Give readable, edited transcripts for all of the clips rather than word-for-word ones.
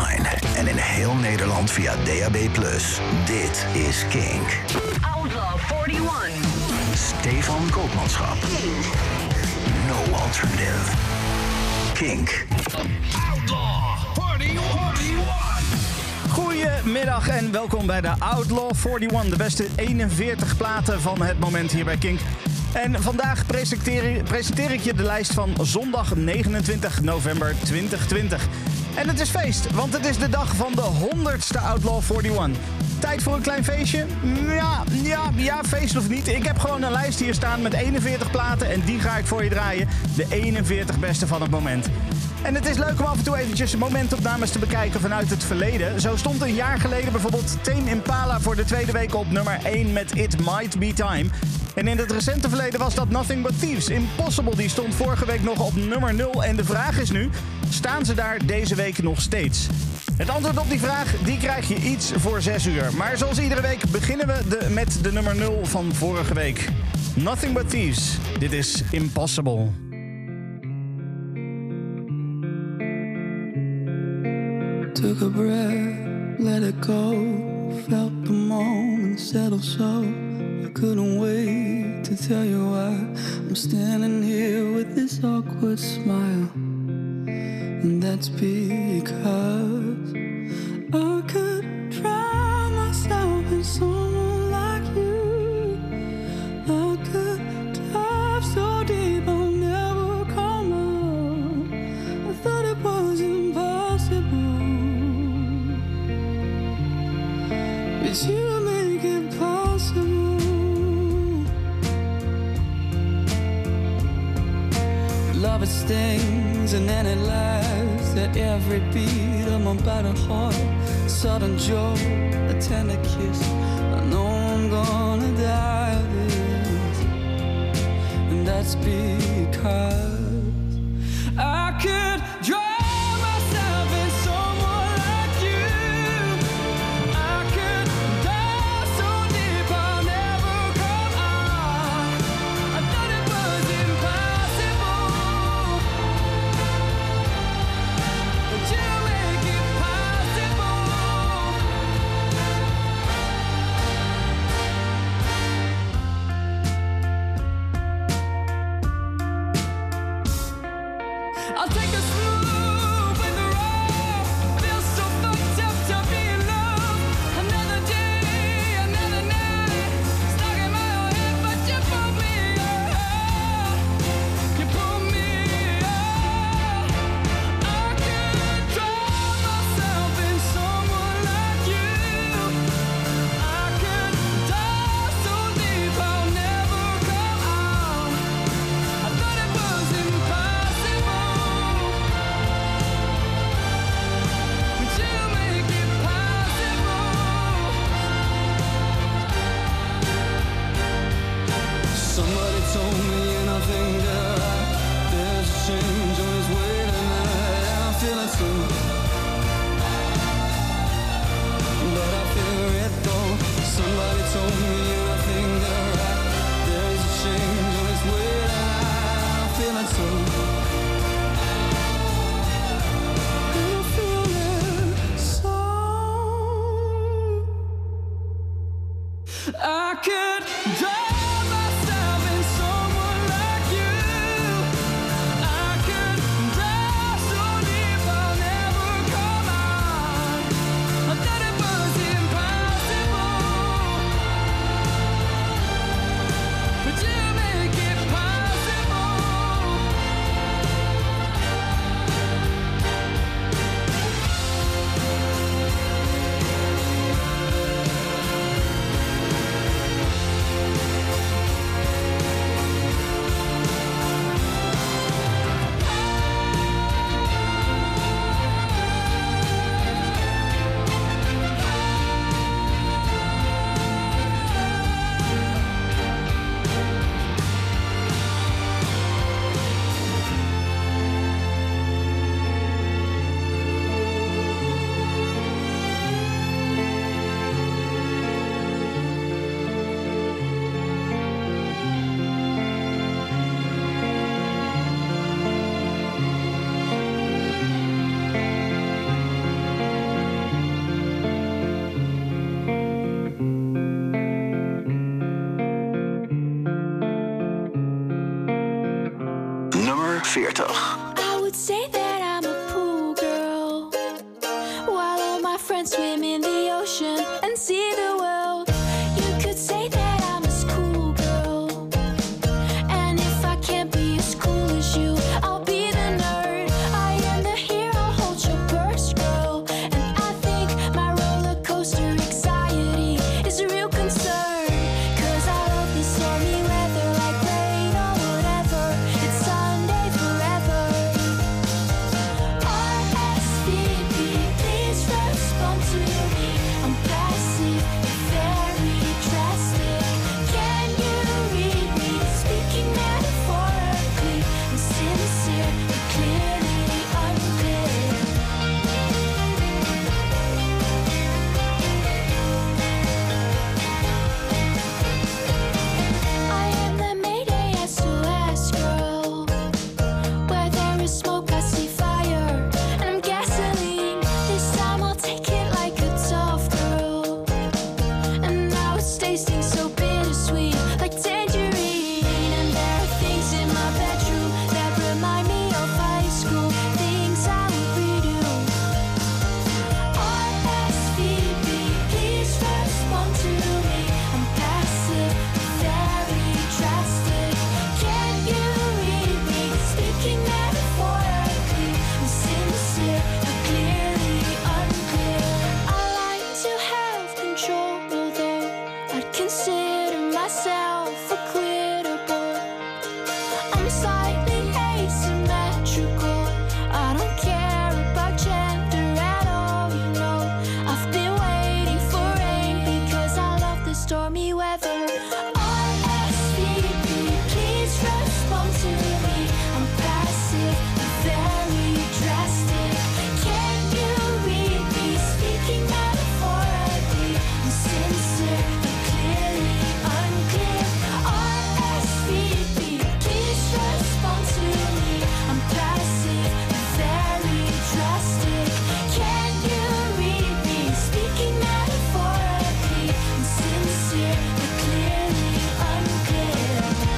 online en in heel Nederland via DAB+. Dit is Kink. Outlaw 41. Stefan Koopmanschap. No alternative. Kink. Outlaw 41. Goedemiddag en welkom bij de Outlaw 41. De beste 41 platen van het moment hier bij Kink. En vandaag presenteer ik je de lijst van zondag 29 november 2020. En het is feest, want het is de dag van de 100ste Outlaw 41. Tijd voor een klein feestje? Ja, feest of niet. Ik heb gewoon een lijst hier staan met 41 platen en die ga ik voor je draaien. De 41 beste van het moment. En het is leuk om af en toe eventjes momentopnames te bekijken vanuit het verleden. Zo stond een jaar geleden bijvoorbeeld Tame Impala voor de tweede week op nummer 1 met It Might Be Time. En in het recente verleden was dat Nothing But Thieves. Impossible, die stond vorige week nog op nummer 0. En de vraag is nu, staan ze daar deze week nog steeds? Het antwoord op die vraag, die krijg je iets voor 6 uur. Maar zoals iedere week beginnen we met de nummer 0 van vorige week. Nothing But Thieves. Dit is Impossible. Took a breath, let it go. Felt the moment settle so. I couldn't wait to tell you why I'm standing here with this awkward smile. And that's because I could drown myself in someone like you. I could dive so deep I'll never come out. I thought it was impossible, but you make it possible. Love, it stings and then it laughs at every beat of my battered heart. Sudden joy, a tender kiss. I know I'm gonna die of this, and that's because I could drown myself in someone like you. I could dive so deep I'll never come out. I thought it was impossible, but you make it possible. I'll take a smooth with the rough. Feels so fucked up to be in love. Another day, another night. Stuck in my own head, but you pulled me up. You pulled me up. I could drown myself in someone like you. I could dive so deep I'll never come out. I thought it was impossible, but you make it possible. Somebody told me and I think that there's a change on its way tonight. And I'm feeling so, but I feel it though. Somebody told me and I think they're right. There's a change on its way tonight. I'm feeling so, I'm feeling so. I could drown myself in someone like you. I could dive so deep I'll never come out. I thought it was impossible, but you make it possible. 40. I would say that I'm a pool girl, while all my friends swim in the ocean and see the world. You could say that I'm a schoolgirl, and if I can't be as cool as you, I'll be the nerd. I am the hero, hold your purse, girl, and I think my roller coaster anxiety is a real concern, 'cause I love the stormy weather, like rain or whatever. It's Sunday forever. RSVP, please respond to me. I'm passive, very drastic. Can you read me? Speaking metaphorically, I'm sincere, but clearly unclear. I am the Mayday SOS girl. Where there is smoke, I see fire, and I'm gasoline. This time I'll take it like a tough girl. And now it's tasting so bittersweet, like tangerine. And there are things in my bedroom that remind me of high school, things I would redo. RSVP, please respond to me. I'm passive, very drastic. Can you read me? Speaking metaphorically, I'm sincere, but clearly unclear. I like to have control, although I'd consider myself acquittable. I'm slightly asymmetrical. I don't care about gender at all, you know. I've been waiting for rain because I love the stormy weather. RSVP, please respond to me. I'm passive, very drastic. Can you read me? Speaking metaphorically, I'm sincere, but clearly unclear. RSVP, please respond to me. I'm passive, very drastic. Can you read me? Speaking metaphorically, I'm sincere, but clearly unclear.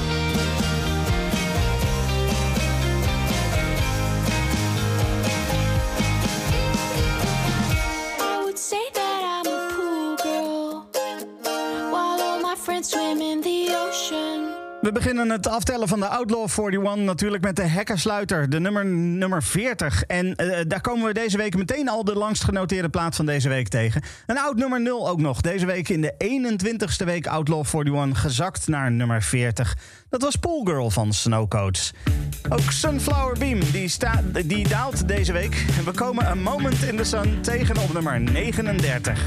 I would say that I'm a pool girl, while all my friends swim in the ocean. We beginnen het aftellen van de Outlaw 41 natuurlijk met de hekkensluiter, de nummer 40. En daar komen we deze week meteen al de langst genoteerde plaat van deze week tegen. Een oud nummer 0 ook nog. Deze week in de 21ste week Outlaw 41 gezakt naar nummer 40. Dat was Poolgirl van Snowcoats. Ook Sunflower Beam, die daalt deze week. We komen A Moment in the Sun tegen op nummer 39.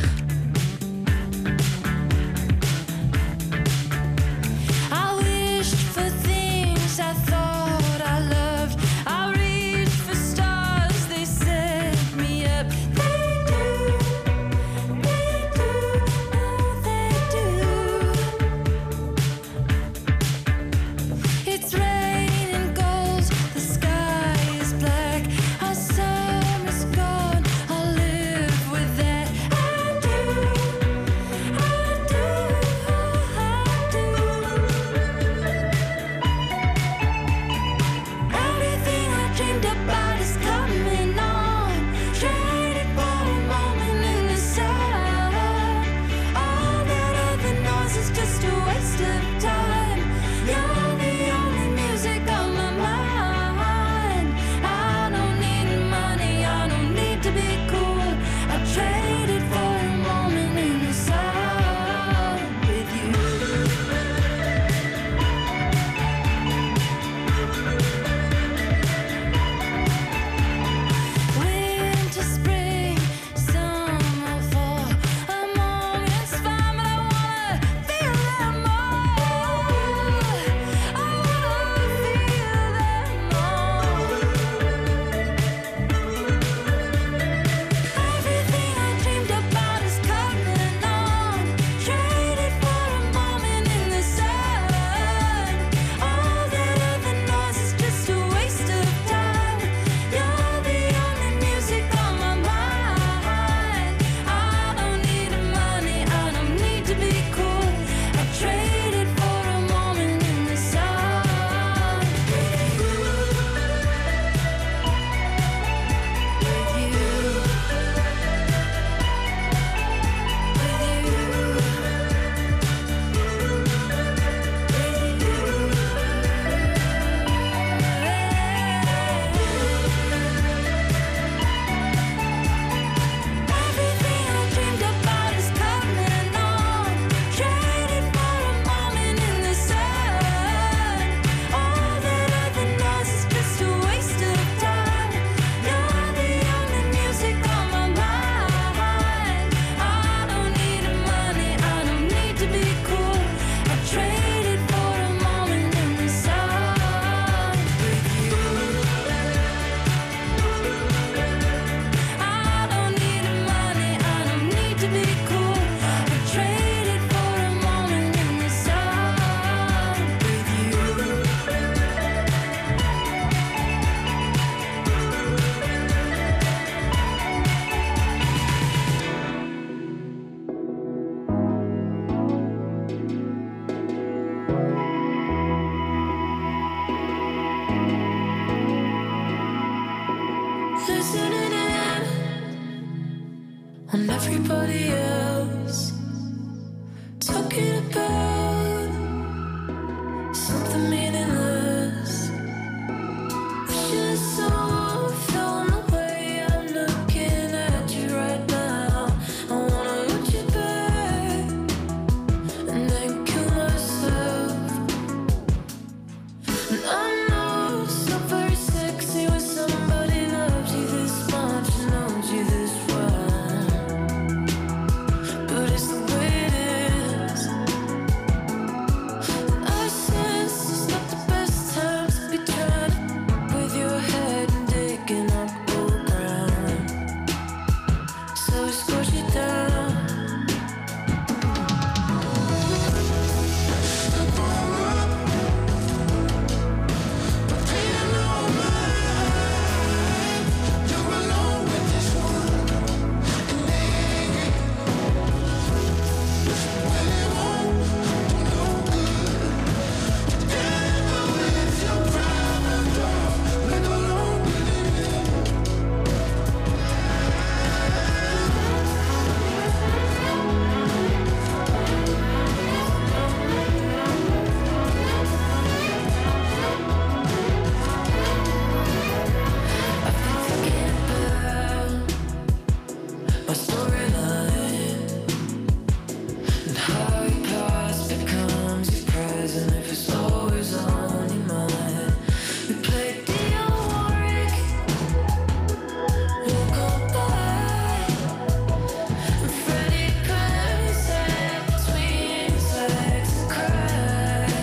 I wished for things I thought I loved. I reached for stars, they set me up. They do, no, they do. It's raining gold, the sky is black. Our summer's gone, I'll live with that. I do. when everybody else talking about something meaningless. Wishing someone felt the way I'm looking at you right now. I wanna hold you back and then kill myself. And I know it's not very sexy when somebody loves you this much and knows you this well, but it's the way it is. And I sense it's not the best time to be trying with your head and digging up old ground, so it scores you down. My storyline and how your past becomes your present if it's always on your mind. We played Dionne Warwick, we'll go by, and Freddie Prinze sat between his legs and cried.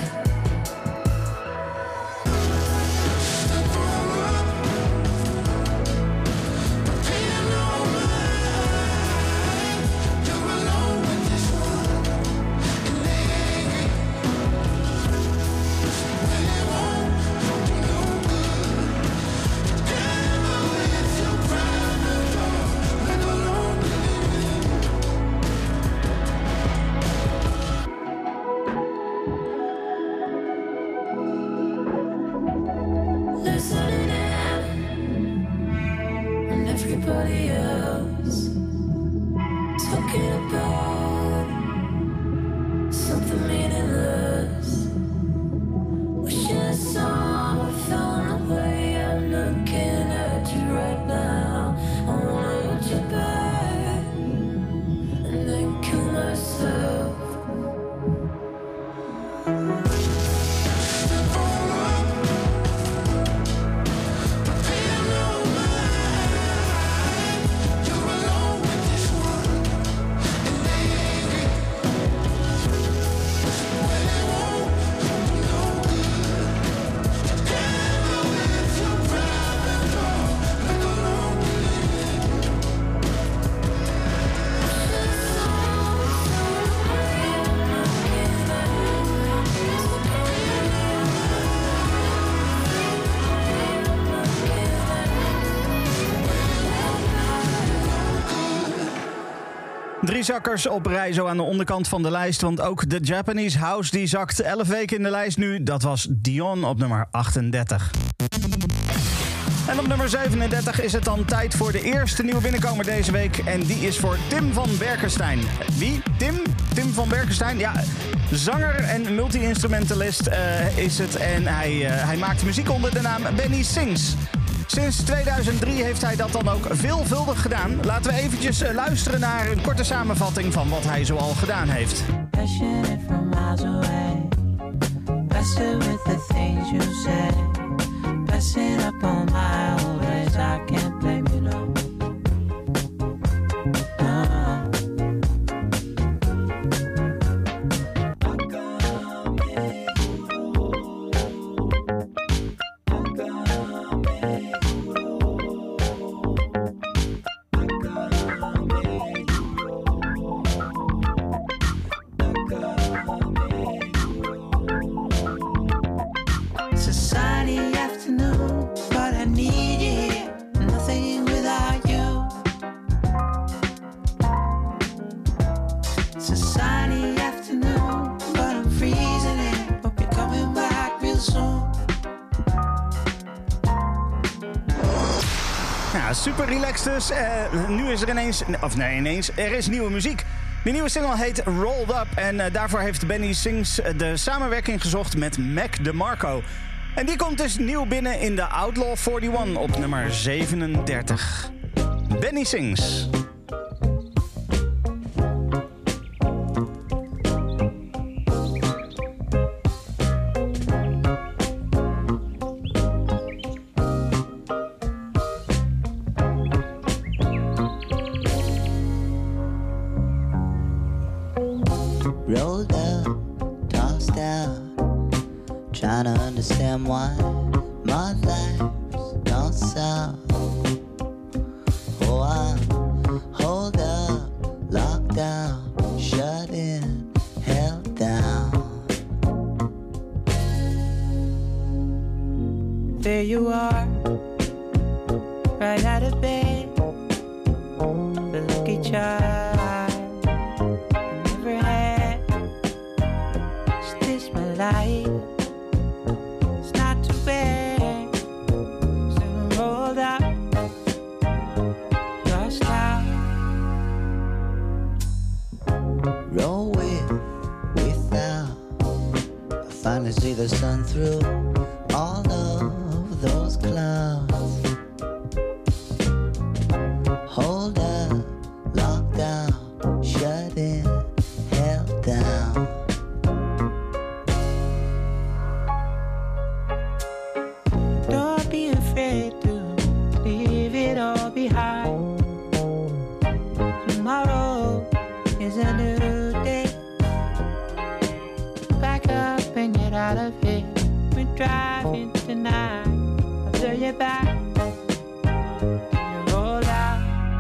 Listening in when everybody else talking about something meaningless. Wishing someone found the way I'm looking at you right now. I wanna hold you back and then kill myself. Drie zakkers op rij zo aan de onderkant van de lijst. Want ook de Japanese House die zakt 11 weken in de lijst nu. Dat was Dionne op nummer 38. En op nummer 37 is het dan tijd voor de eerste nieuwe binnenkomer deze week. En die is voor Tim van Berkenstein. Wie? Tim? Tim van Berkenstein? Ja, zanger en multi-instrumentalist is het. En hij maakt muziek onder de naam Benny Sings. Sinds 2003 heeft hij dat dan ook veelvuldig gedaan. Laten we eventjes luisteren naar een korte samenvatting van wat hij zoal gedaan heeft. Passionate from miles away, blessed with the things you say, blessed up on my old ways, I can't blame you, no. Society afternoon, but I need you here. Nothing without you. super relaxed dus. Nu is er er is nieuwe muziek. De nieuwe single heet Rolled Up en daarvoor heeft Benny Sings de samenwerking gezocht met Mac DeMarco. En die komt dus nieuw binnen in de Outlaw 41 op nummer 37. Benny Sings. Rolled up, tossed out, trying to understand why my life's gone south. Oh, I'm hold up, locked down, shut in, held down. There you are, right out of bed, the lucky child. Life. It's not too bad. Still rolled up, lost out. Roll with, without. I finally see the sun through all of those clouds. Hold up, locked down, shut in, held down. Tomorrow is a new day. Back up and get out of here. We're driving tonight. I'll turn you back. You roll out.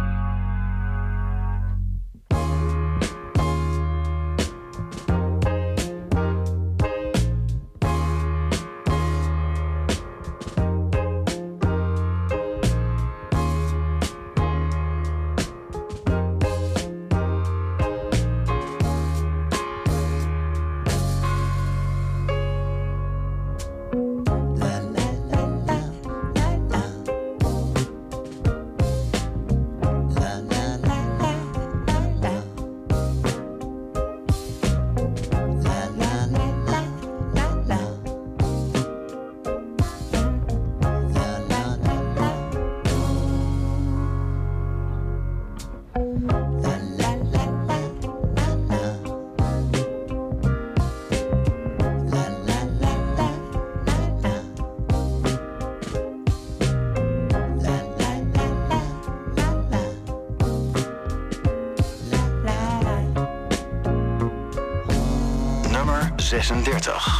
Nummer 36.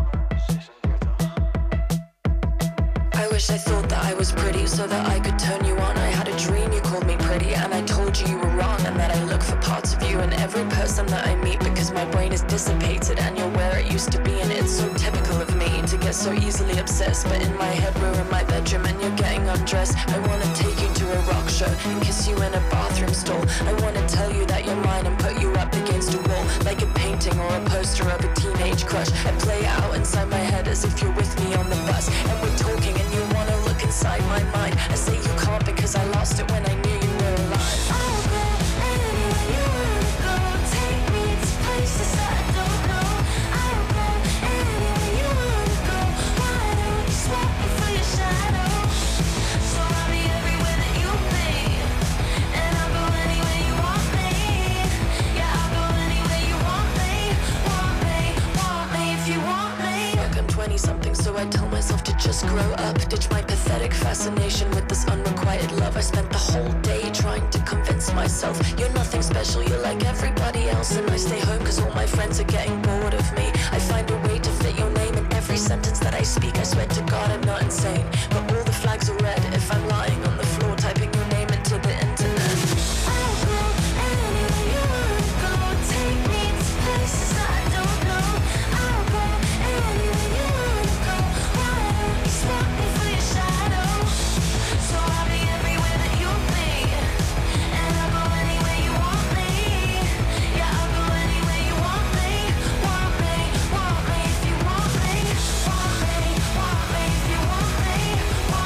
I wish I thought that I was pretty so that I could turn you on. I had a dream you called me pretty and I told you you were wrong, and that I look for parts of you in every person that I meet, because my brain is dissipated and you're where it used to be. And it's so typical of me to get so easily obsessed, but in my head we're in my bedroom and you're getting undressed. I wanna take you to a rock show and kiss you in a bathroom stall. I wanna tell you that you're mine and put you up against a wall like a painting or a poster of a teenage crush. I play it out inside my head as if you're with me on the bus and we're talking and you wanna look inside my mind. I say you can't because I lost it when I knew you were alive. I'll go anywhere you wanna go. Take me to places that I don't know. I'll go anywhere you wanna go. Why don't you swap me for your shadow? So I'll be everywhere that you'll be, and I'll go anywhere you want me. Yeah, I'll go anywhere you want me. Want me if you want me. Look, I'm 20-something, so I tell myself to just grow up. Ditch my pathetic fascination with this unrequited love. I spent the whole day trying to convince myself you're nothing special, you're like everybody else. And I stay home because all my friends are getting bored of me. I find a way to fit your name in every sentence that I speak. I swear to God I'm not insane, but all the flags are red if I'm lying on the floor typing your name into the internet. I'll go anywhere you wanna go. Take me to places that I don't know. I'll go anywhere you wanna go. Why don't you swap me for your shadow? So I'll be everywhere that you'll be, and I'll go anywhere you want me. Yeah, I'll go anywhere you want me. Want me if you want me. Want me if you want me. Want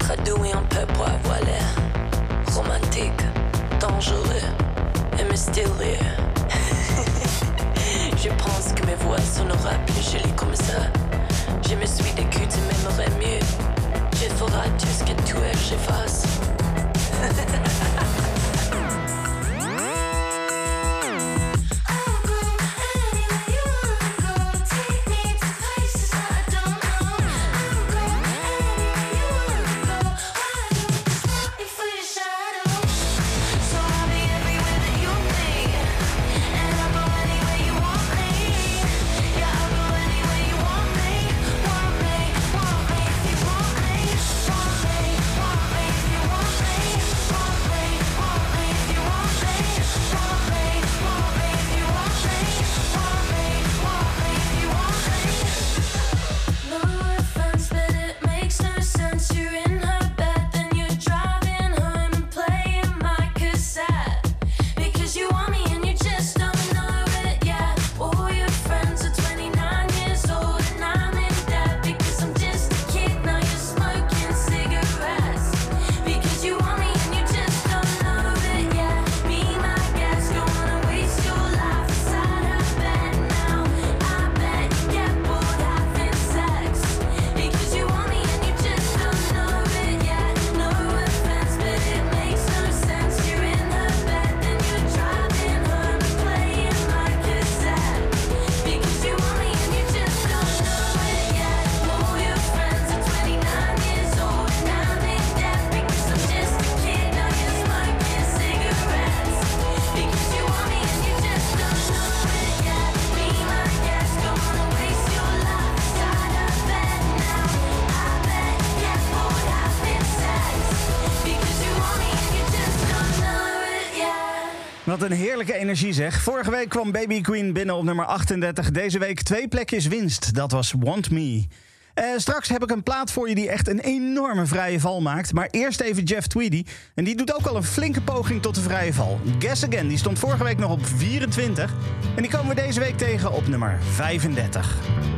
Très doux et un peu pour avoir l'air romantique, dangereux et mystérieux. Je pense que mes voix sonneront plus jolies comme ça. Je me suis dit que tu m'aimerais mieux. Je ferai tout ce que tu veux que je fasse. Wat een heerlijke energie zeg. Vorige week kwam Baby Queen binnen op nummer 38. Deze week 2 plekjes winst. Dat was Want Me. Straks heb ik een plaat voor je die echt een enorme vrije val maakt. Maar eerst even Jeff Tweedy. En die doet ook al een flinke poging tot de vrije val. Guess Again, die stond vorige week nog op 24. En die komen we deze week tegen op nummer 35.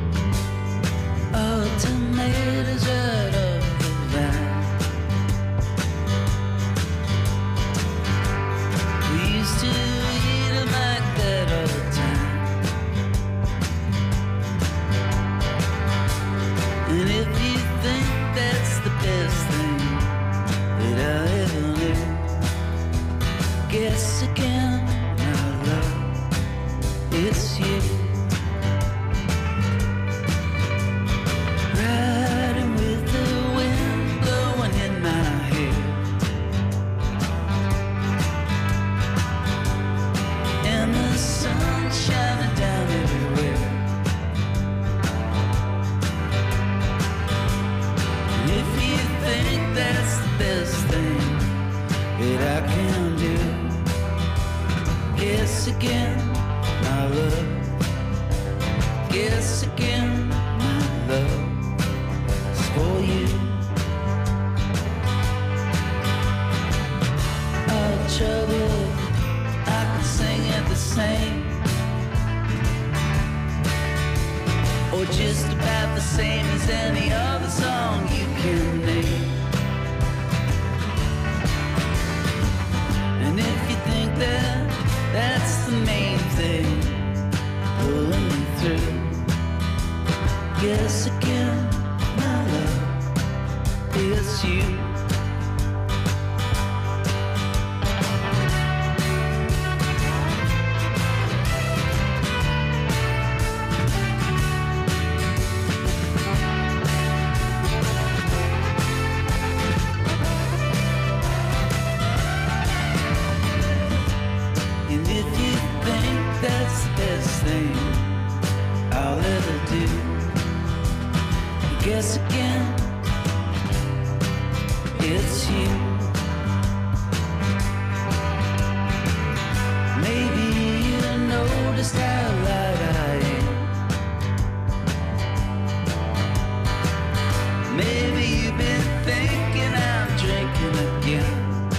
Tomatoes out of the vine. We used to eat them like that all the time. And if you think that's the best thing that I'll ever do, guess again, my love, it's you. Riding with the wind blowing in my hair, and the sun shining down everywhere. And if you think that's the best thing that I can do, guess again, my love. Guess again, my love. For you, all trouble, I can sing it the same, or just about the same as any other song you can name. And if you think that that's the main thing pulling me through, guess again, it's you. And if you think that's the best thing I'll ever do, guess again, it's you. Maybe you noticed how light I am. Maybe you've been thinking I'm drinking again.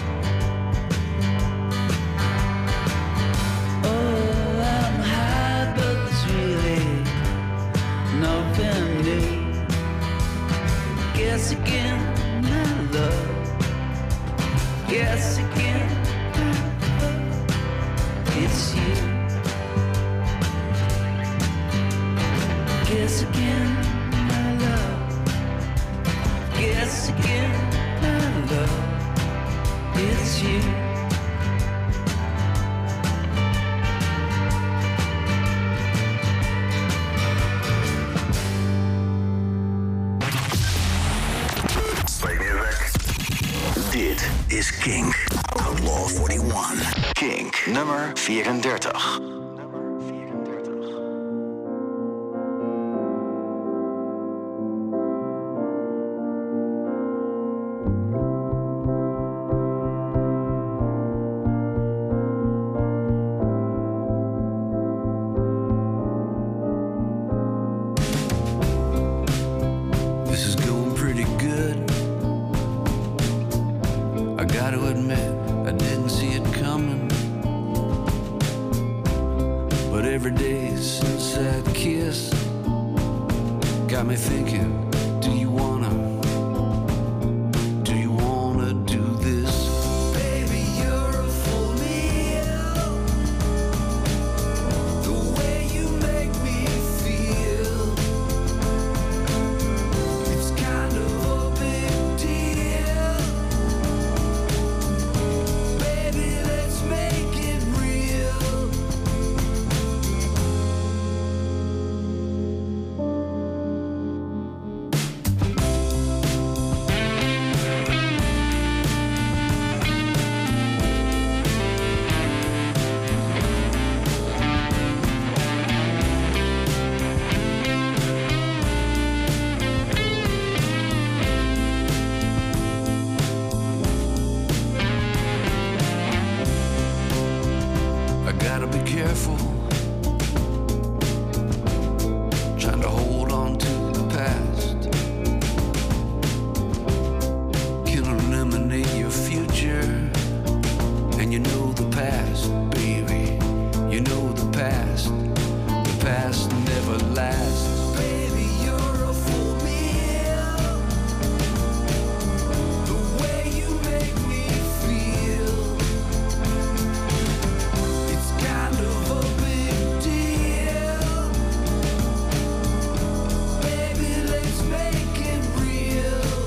Oh, I'm high, but there's really nothing new. Guess again, my love. Guess again, my love. It's you. Dit is Kink. Outlaw 41. Kink nummer 34. This is going pretty good. I gotta admit, I didn't see it coming. But every day since that kiss got me thinking, do you wanna do this? Baby, you're a full meal. The way you make me feel, it's kind of a big deal. Baby, let's make it real. I gotta be careful, trying to hold on to the past. Can eliminate your future, and you know the past, baby. You know the past. The past never lasts. Baby, you're a full meal. The way you make me feel, it's kind of a big deal. Baby, let's make it real.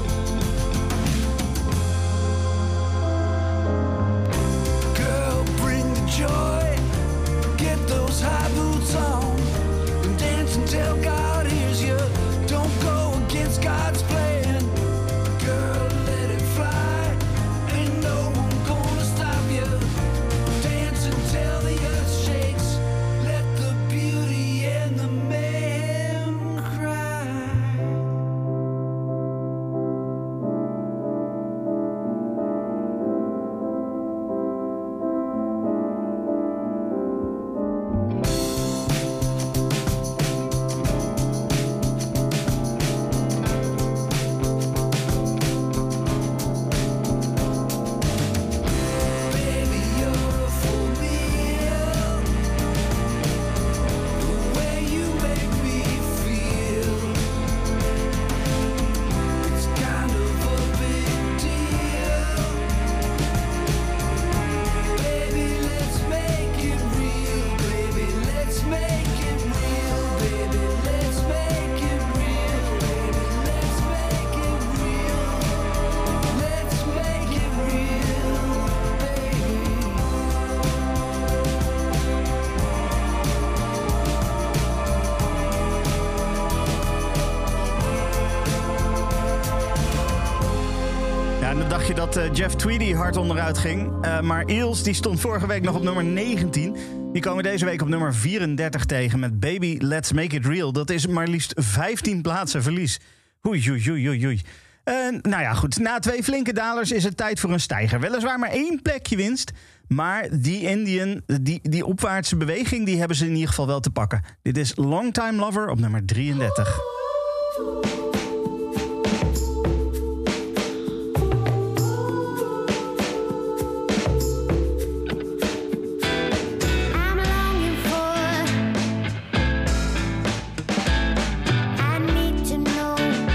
Girl, bring the joy. Get those high boots on and dance until God hears you. Don't go against God's plan. Girl, let it fly. Ain't no one gonna stop you. Dance until the earth shakes. Let the beauty and the man cry. Baby, you're a full meal. The way you make me feel, it's kind of a big deal. Baby, let's make it real. Baby, let's make it real. Baby, let's make it real. Baby, let's make it real. Let's make it real, baby. Ja, en dan dacht je dat Jeff Tweedy hard onderuit ging. Maar Eels die stond vorige week nog op nummer 19. Die komen deze week op nummer 34 tegen met Baby Let's Make It Real. Dat is maar liefst 15 plaatsen verlies. Oei, oei, oei, oei, oei. Nou ja, goed. Na 2 flinke dalers is het tijd voor een stijger. Weliswaar maar 1 plekje winst. Maar die Indian, die opwaartse beweging, die hebben ze in ieder geval wel te pakken. Dit is Long Time Lover op nummer 33. I'm longing for. I need to know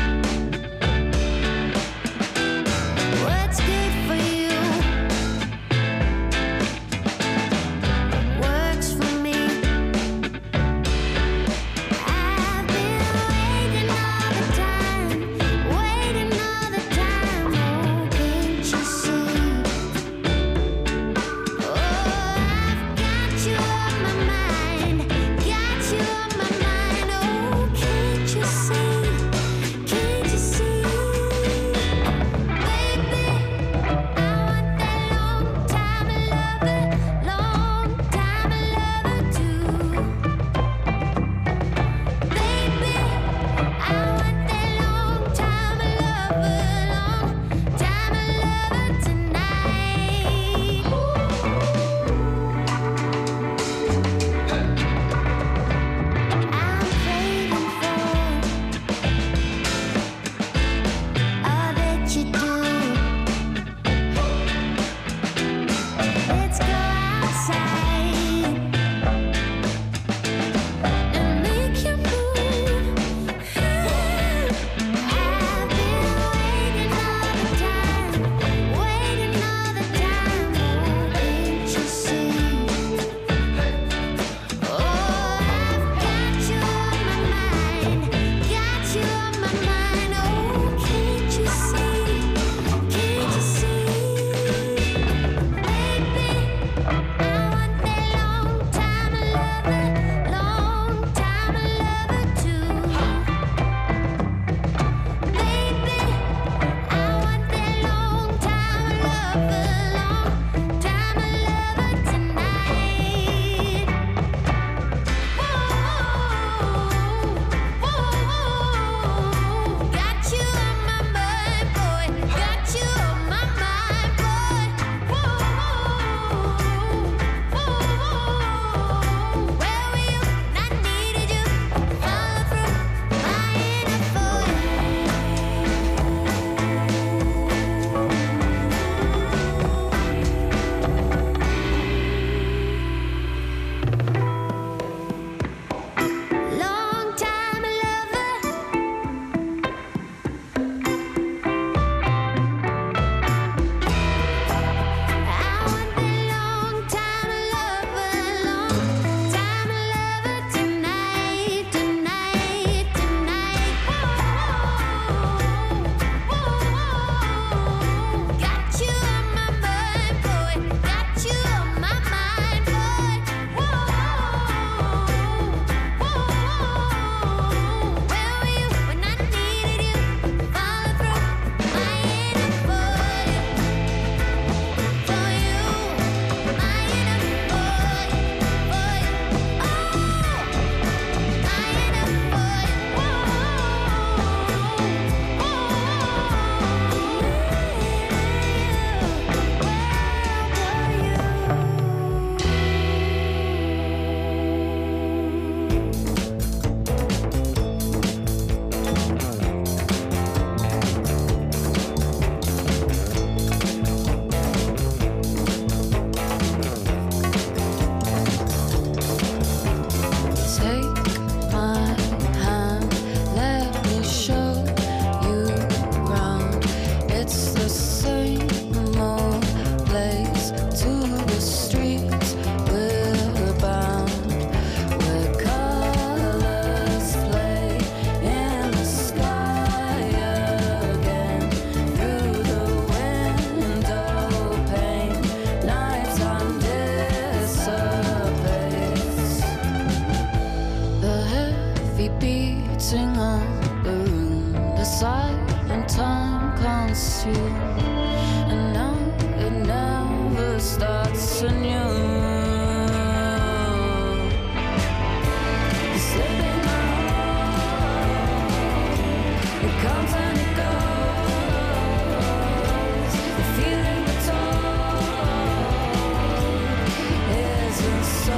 what's good for you. Works for me. I've been heavy beating on the room, the silent time consumed, and now it never starts anew. You're slipping out, it comes and it goes, the feeling we're told isn't so.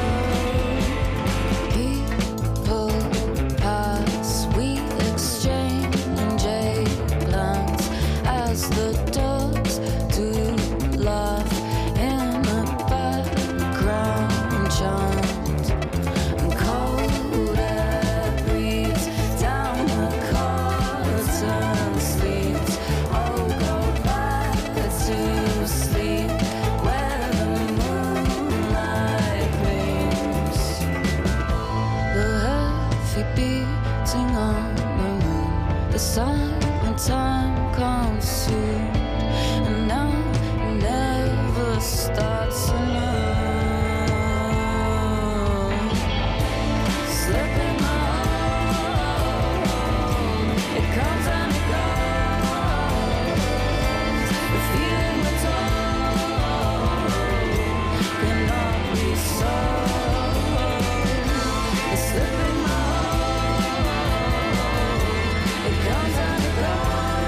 The dogs do laugh in the background chant, and cold air breathes down the curtain sleeves. Oh, go back to sleep where the moonlight gleams. The heavy beating on the moon, the silent time comes soon, and now it never starts anew. Slipping on, it comes and it goes, the feeling we're told cannot be sold. It's slipping on, it comes and it goes.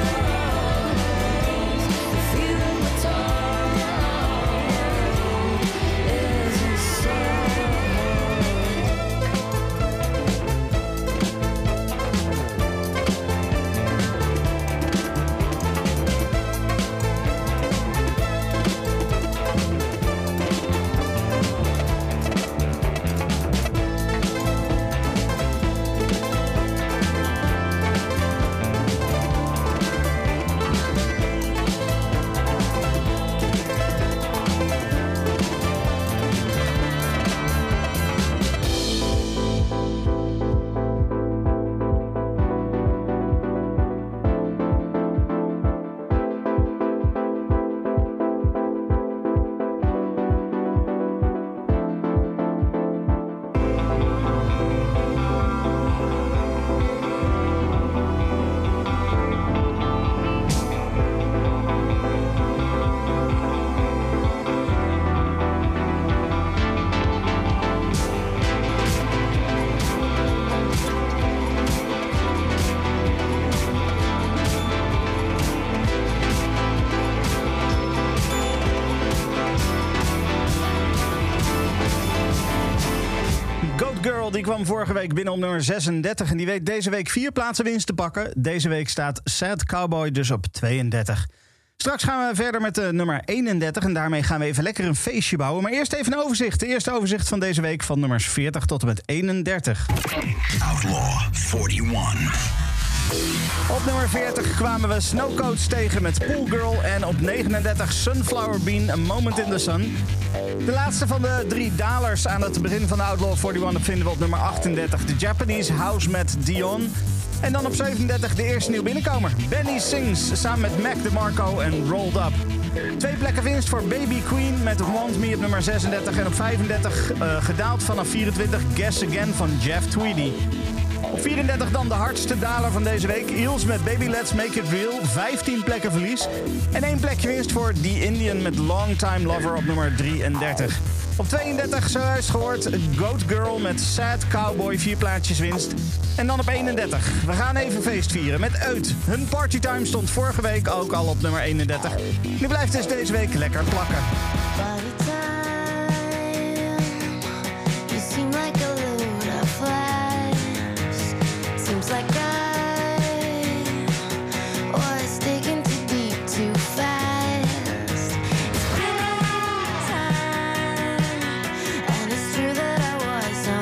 Die kwam vorige week binnen op nummer 36 en die weet deze week 4 plaatsen winst te pakken. Deze week staat Sad Cowboy dus op 32. Straks gaan we verder met de nummer 31 en daarmee gaan we even lekker een feestje bouwen. Maar eerst even een overzicht. De eerste overzicht van deze week van nummers 40 tot en met 31. Outlaw 41. Op nummer 40 kwamen we Snowcoats tegen met Pool Girl en op 39 Sunflower Bean, A Moment in the Sun. De laatste van de 3 dalers aan het begin van de Outlaw 41 vinden we op nummer 38 de Japanese House met Dion. En dan op 37 de eerste nieuw binnenkomer, Benny Sings samen met Mac DeMarco en Rolled Up. 2 plekken winst voor Baby Queen met Want Me op nummer 36 en op 35 gedaald vanaf 24 Guess Again van Jeff Tweedy. Op 34 dan de hardste daler van deze week. Eels met Baby Let's Make It Real. 15 plekken verlies. En 1 plekje winst voor The Indian met Long Time Lover op nummer 33. Op 32, zojuist gehoord, Goat Girl met Sad Cowboy. 4 plaatsjes winst. En dan op 31. We gaan even feest vieren met Uit. Hun Partytime stond vorige week ook al op nummer 31. Nu blijft dus deze week lekker plakken. Like I was digging too deep too fast. It's been a long time, and it's true that I was a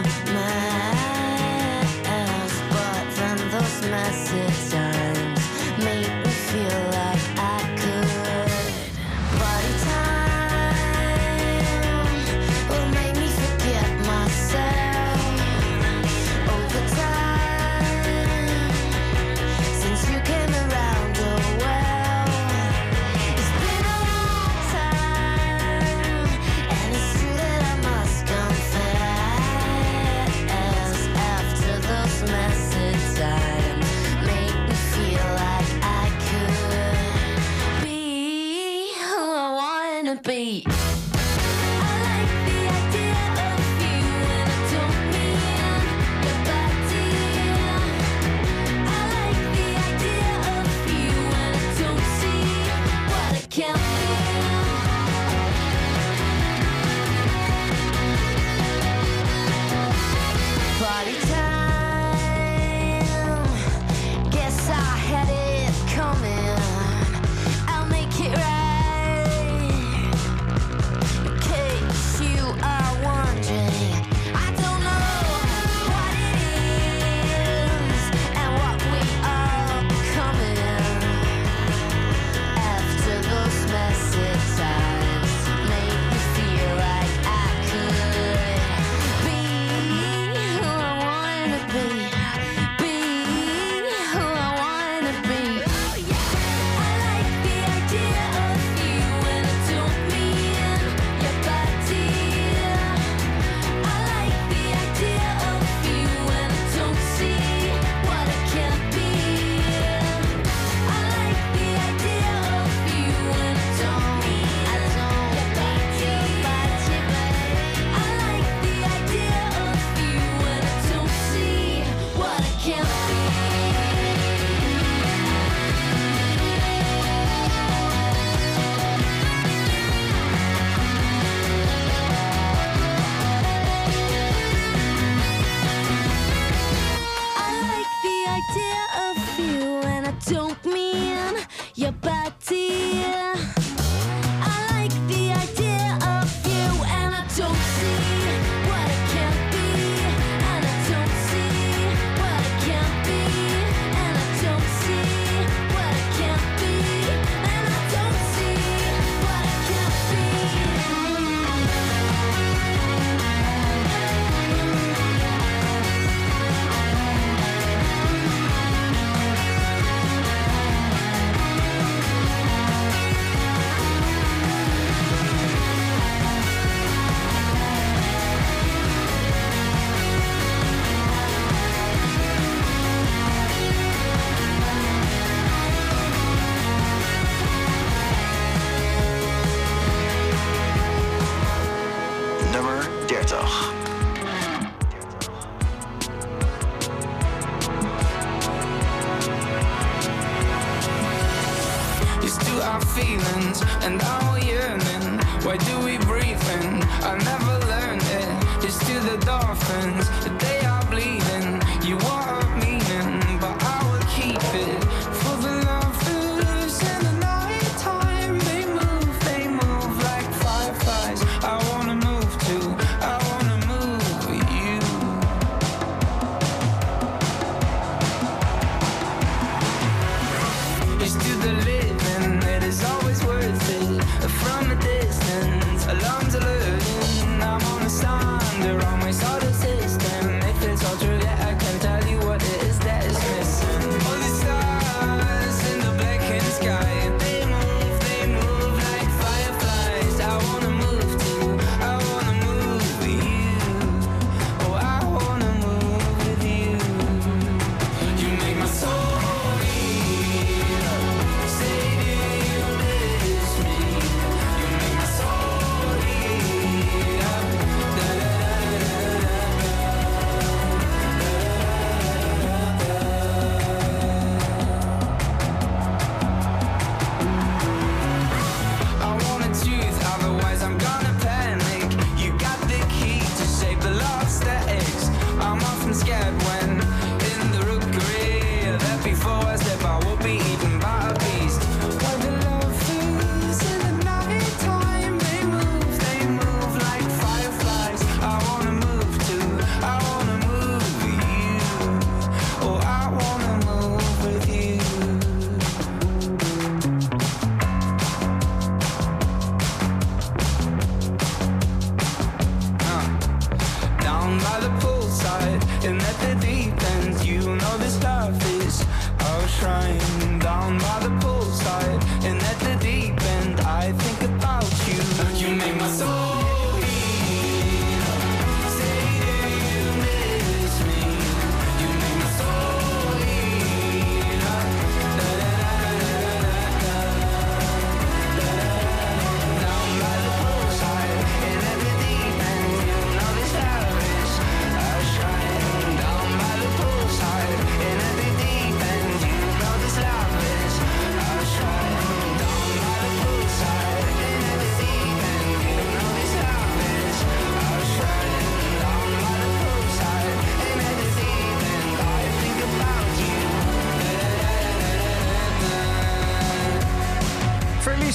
mess. But then those messy times made me feel like I could. Party time. be. I like the idea of you and I don't mean your body. I like the idea of you and I don't see what I can't feel. Party time. Guess I had it coming. I'll make it right. In case you are wondering, I don't know what it is and what we are becoming. After those messy times, make me feel like I could be who I wanna be who I wanna be. I like the idea of you and I don't mean your body. I like the idea of you and I don't see what I can't be. I like the idea of you and I don't mean your body. I like the idea of you and I don't see what I can't be. I like the idea of you and I don't mean your body. I like the idea of you and I don't see what I can't be. And I don't see what I can't be. And I don't see what I can't be. And I don't see what I can't be. Nummer 30. Used to our feelings and our yearning. Why do we breathe in? I never learned it. It's to the dolphins, they are bleeding. You are a meaning, but I will keep it for the lovers in the night time. They move like fireflies. I wanna move too. I wanna move with you. It's to the living, it is always worth it. From a distance, alarms alerting. I'm on a sounder, always out of system. If it's all true, yeah, I can tell you what it is that is missing. All the stars in the blackened sky, they move like fireflies. I wanna move too, I wanna move with you. Oh, I wanna move with you. You make my soul beat. Say, do you miss me? You make my soul beat up. Da, da, I want a tooth, otherwise I'm gonna panic. You got the key to save the love statics. I'm often scared when in the rookery that before I step I will be eaten by a beast. Why the lovers in the night time, they move like fireflies. I wanna move too, I wanna move with you. Oh, I wanna move with you. Down by the poolside and at the deep end, you know this love is our shrine. Down by the poolside and at the deep end, I think about you. You make my soul beat. Say, do you miss me? You make my soul beat. Da, da, da, da, da, da, da. Down by the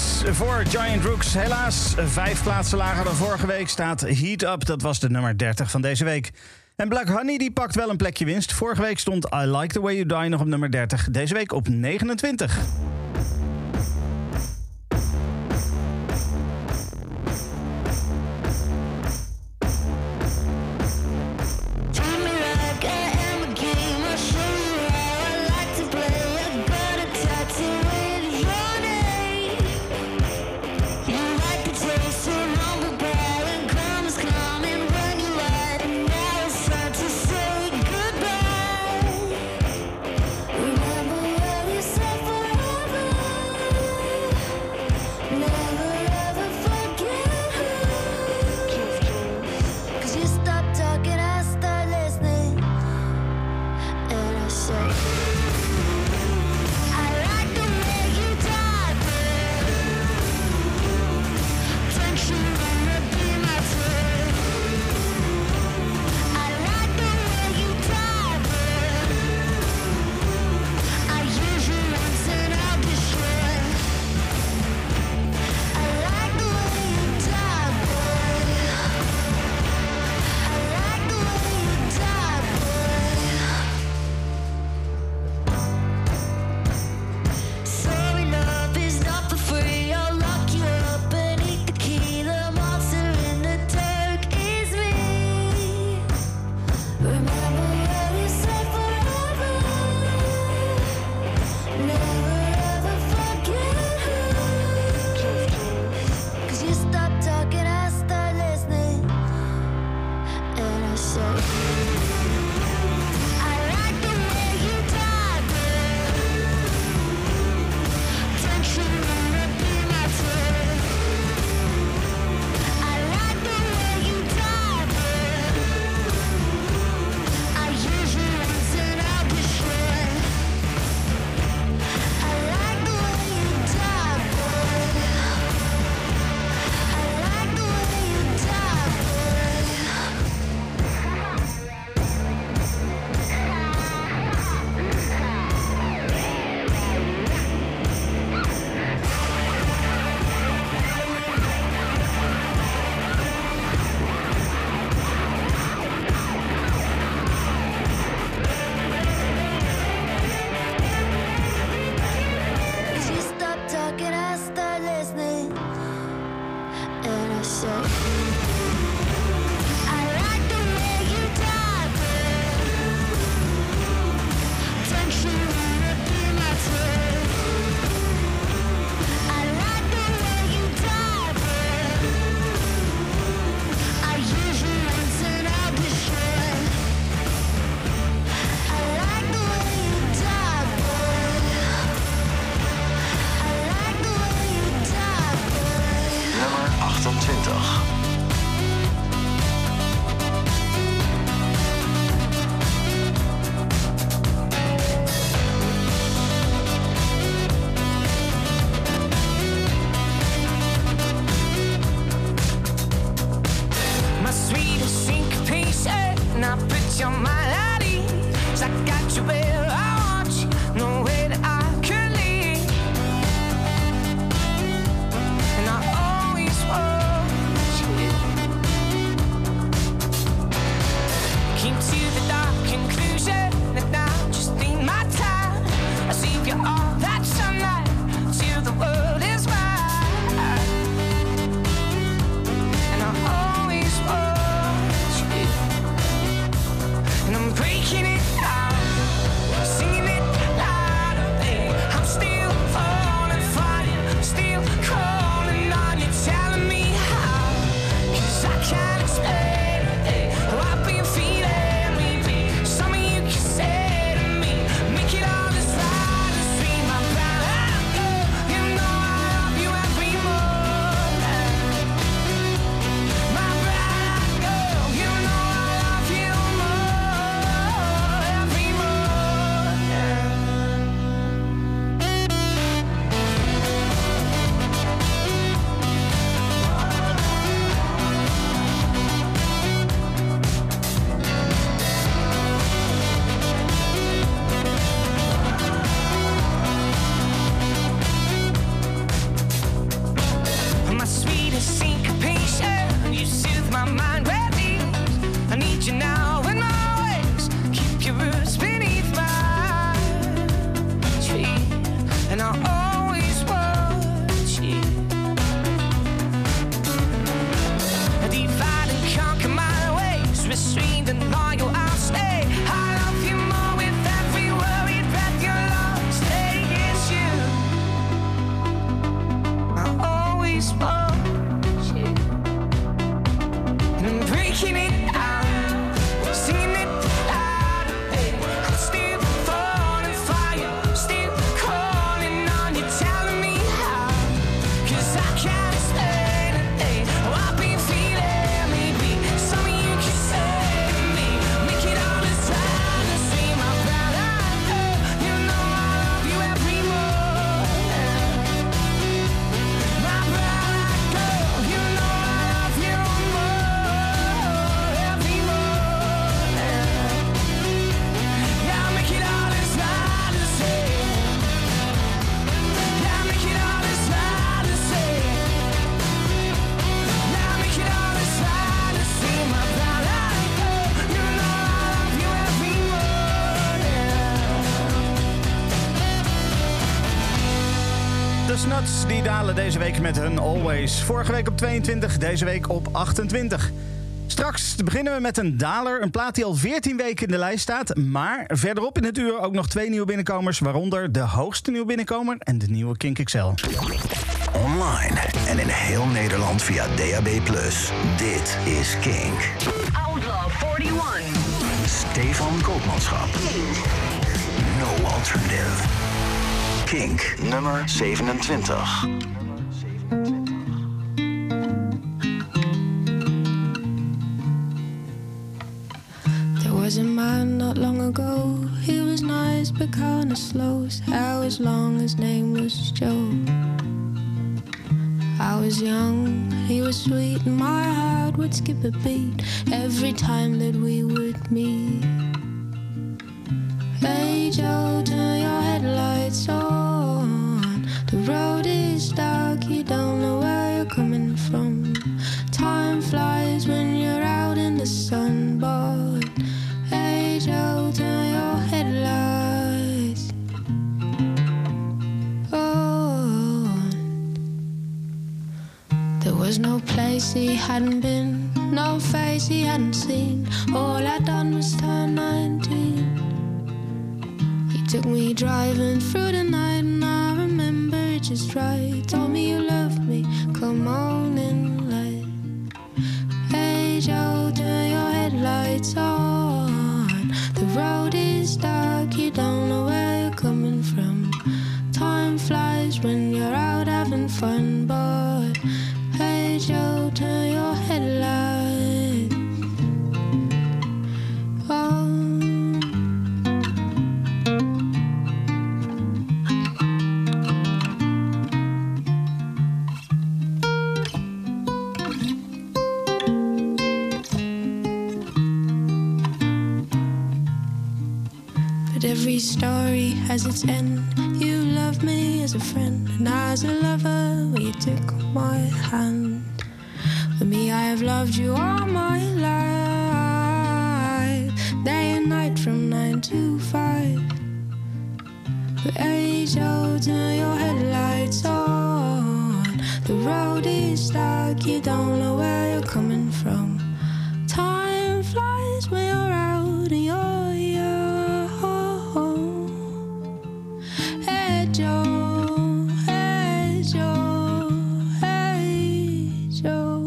Peace voor Giant Rooks. Helaas 5 plaatsen lager dan vorige week staat Heat Up. Dat was de nummer 30 van deze week. En Black Honey die pakt wel een plekje winst. Vorige week stond I Like The Way You Die nog op nummer 30. Deze week op 29. Can't explain what I've been feeling. Maybe some of you can Chestnuts die dalen deze week met hun Always. Vorige week op 22, deze week op 28. Straks beginnen we met een daler, een plaat die al 14 weken in de lijst staat. Maar verderop in het uur ook nog 2 nieuwe binnenkomers, waaronder de hoogste nieuwe binnenkomer en de nieuwe Kink XL. Online en in heel Nederland via DAB+. Dit is Kink. Outlaw 41. Stefan Koopmanschap. No alternative. Kink nummer 27. There was a man not long ago. He was nice but kinda slow. His hair was long, his name was Joe. I was young, he was sweet, and my heart would skip a beat every time that we would meet. Hey Joe, turn your headlights on. The road is dark, you don't know where you're coming from. Time flies when you're out in the sun, but hey Joe, turn your headlights on. There was no place he hadn't been, no face he hadn't seen. All I'd done was turn 19. He took me driving through the night, and I remember it just right. Told me you loved me, come on in light. Hey Joe, turn your headlights on. The road is dark, you don't know where you're coming from. Time flies when you're out having fun, but hey Joe, turn your headlights on. But every story has its end. You love me as a friend, and as a lover, well, you took my hand. For me, I have loved you all my life, day and night from 9 to 5. But hey Joe, turn your headlights on. The road is dark, you don't know where you're coming from. Time flies when you're out and you're young. Hey Joe, hey Joe, hey Joe.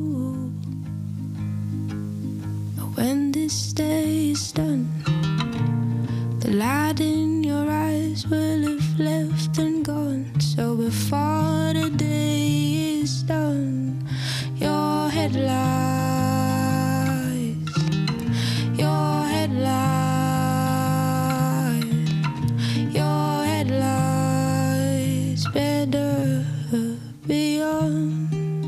When this day is done, the light in your eyes will have left and gone. So before the day is done, your headlights, your headlights, your headlights better be on.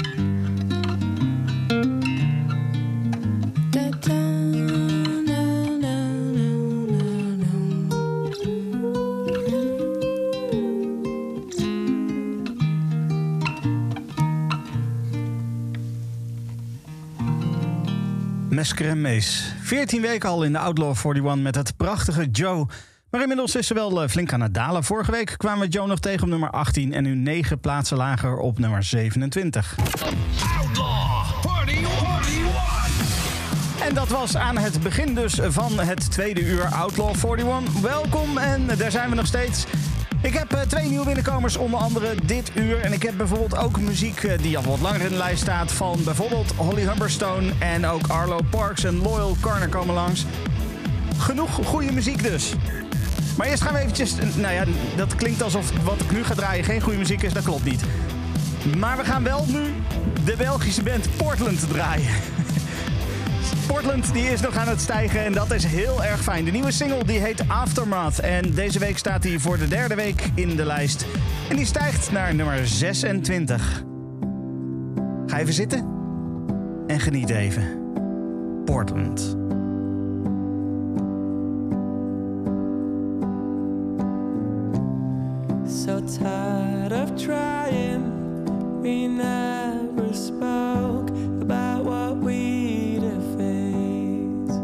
Mesker en Mees. 14 weken al in de Outlaw 41 met het prachtige Joe. Maar inmiddels is ze wel flink aan het dalen. Vorige week kwamen we Joe nog tegen op nummer 18... en nu 9 plaatsen lager op nummer 27. Outlaw 41. En dat was aan het begin dus van het tweede uur Outlaw 41. Welkom en daar zijn we nog steeds. Ik heb 2 nieuwe binnenkomers, onder andere dit uur. En ik heb bijvoorbeeld ook muziek die al wat langer in de lijst staat... van bijvoorbeeld Holly Humberstone en ook Arlo Parks en Loyal Corner komen langs. Genoeg goede muziek dus. Maar eerst gaan we eventjes... Nou ja, dat klinkt alsof wat ik nu ga draaien geen goede muziek is. Dat klopt niet. Maar we gaan wel nu de Belgische band Portland draaien. Portland die is nog aan het stijgen en dat is heel erg fijn. De nieuwe single die heet Aftermath en deze week staat hij voor de 3e week in de lijst. En die stijgt naar nummer 26. Ga even zitten en geniet even. Portland. So tired of trying, we never spoke about what we'd face.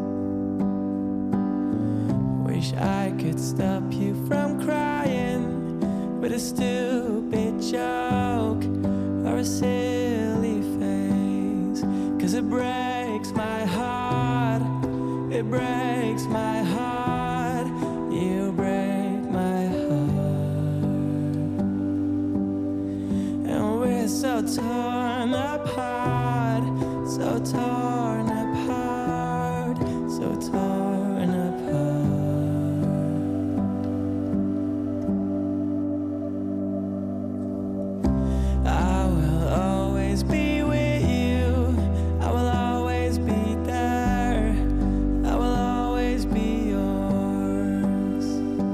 Wish I could stop you from crying, but it's stupid joke or a silly face. 'Cause it breaks my heart, it breaks my heart, you break my heart. And we're so torn apart, so torn apart, so torn apart. I will always be with you, I will always be there, I will always be yours.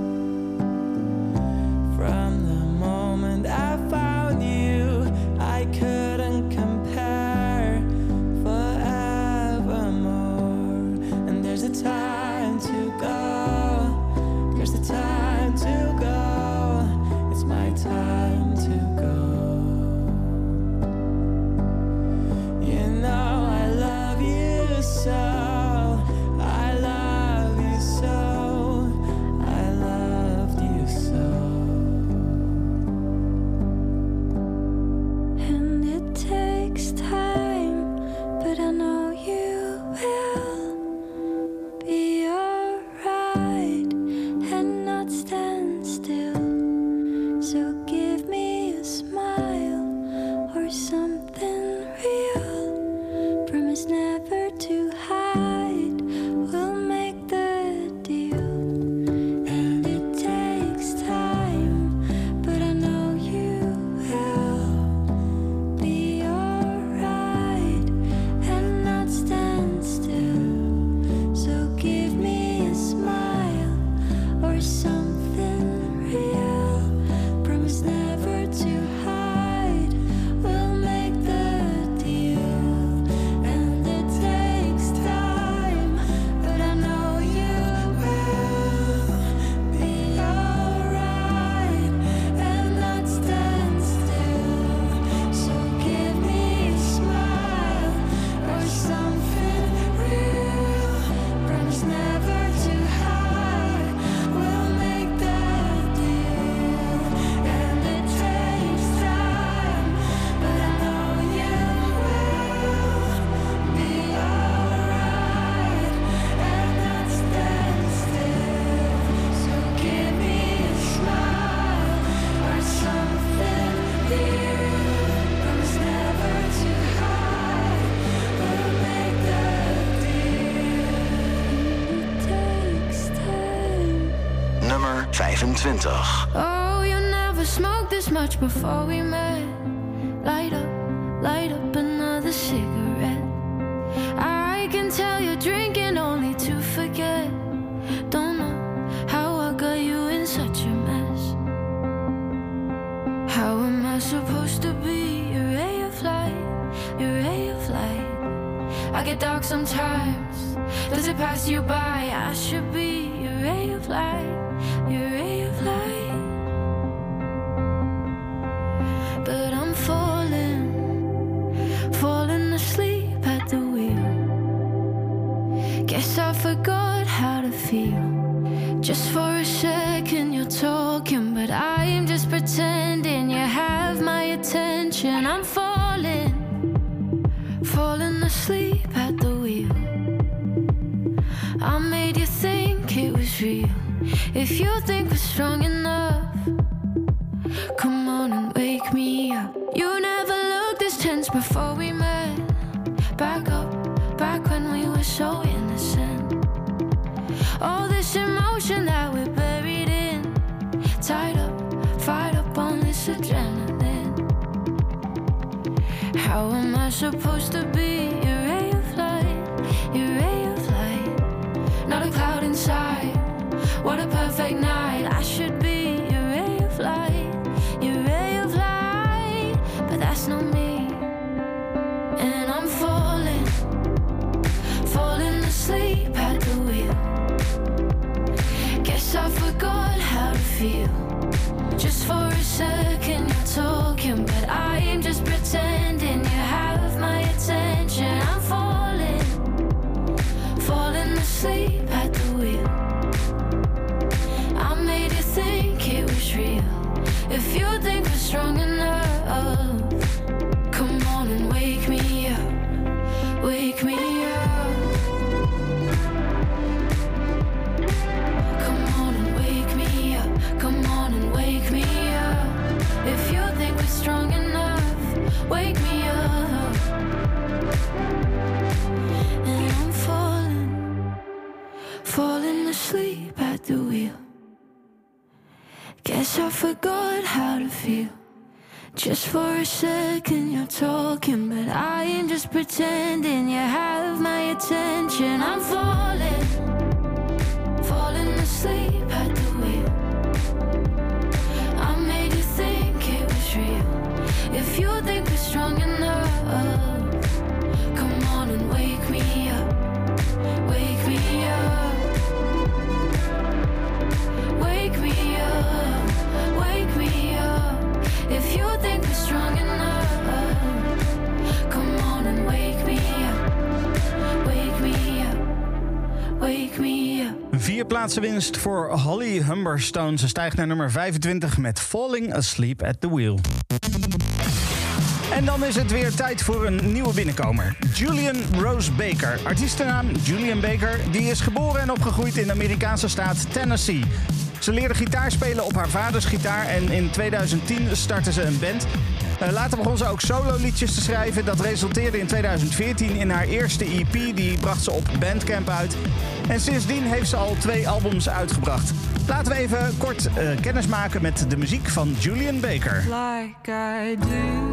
From the moment I found you, I couldn't compare forevermore. And there's a time to go, there's a time to go, it's my time to go. You know I love you so, I love you so, I loved you so. And it takes time, but I know you will be alright and not stand still. So give me a smile or something real. Promise never to hide, we'll make the deal. And it takes time, but I know you will be alright and not stand still. So give me a smile or something real. Promise never to hide, we'll make the deal. And it takes time, but I know you will be alright and not stand still. So give me a smile or something real. Promise never to hide, we'll make that deal. And it takes time, but I know you will be alright and not stand still. So give me a smile or something real. Promise never to hide, we'll make that deal. It takes time. Nummer 25. Oh, you never smoked this much before we met. Light up another cigarette. I can tell you're drinking only to forget. Don't know how I got you in such a mess. How am I supposed to be your ray of light, your ray of light? I get dark sometimes, does it pass you by? I should be your ray of light, your ray of light. But I'm falling asleep at the wheel. Guess I forgot how to feel. Just for a second you're talking, but I'm just pretending you have my attention. I'm falling asleep at the wheel. I made you think it was real. If you think we're strong enough, come on and wake me up. You never looked this tense before we met. Back when we were so innocent. All this emotion that we're buried in, tied up, fired up on this adrenaline. How am I supposed to be your ray of light, your ray of light? Not a cloud inside, what a perfect night. I should be your ray of light, your ray of light, but that's not me. And I'm falling asleep at the wheel. Guess I forgot how to feel. Just for a second you're talking, but I am just pretending you have my attention. I'm falling asleep at the wheel. I made you think it was real. If you think we're strong enough, falling asleep at the wheel. Guess I forgot how to feel. Just for a second you're talking, but I ain't just pretending. You have my attention. I'm falling asleep at the wheel. I made you think it was real. If you think we're strong enough, come on and wake me up. Wake me up. Wake me up. Wake me up. If you think we're strong enough, come on and wake me up. Wake me up. Wake me up. 4 plaatsen winst voor Holly Humberstone. Ze stijgt naar nummer 25 met Falling Asleep at the Wheel. En dan is het weer tijd voor een nieuwe binnenkomer. Julian Rose Baker. Artiestennaam Julian Baker. Die is geboren en opgegroeid in de Amerikaanse staat Tennessee. Ze leerde gitaar spelen op haar vaders gitaar en in 2010 startte ze een band. Later begon ze ook solo-liedjes te schrijven. Dat resulteerde in 2014 in haar eerste EP. Die bracht ze op Bandcamp uit. En sindsdien heeft ze al 2 albums uitgebracht. Laten we even kort kennis maken met de muziek van Julian Baker. Like I do.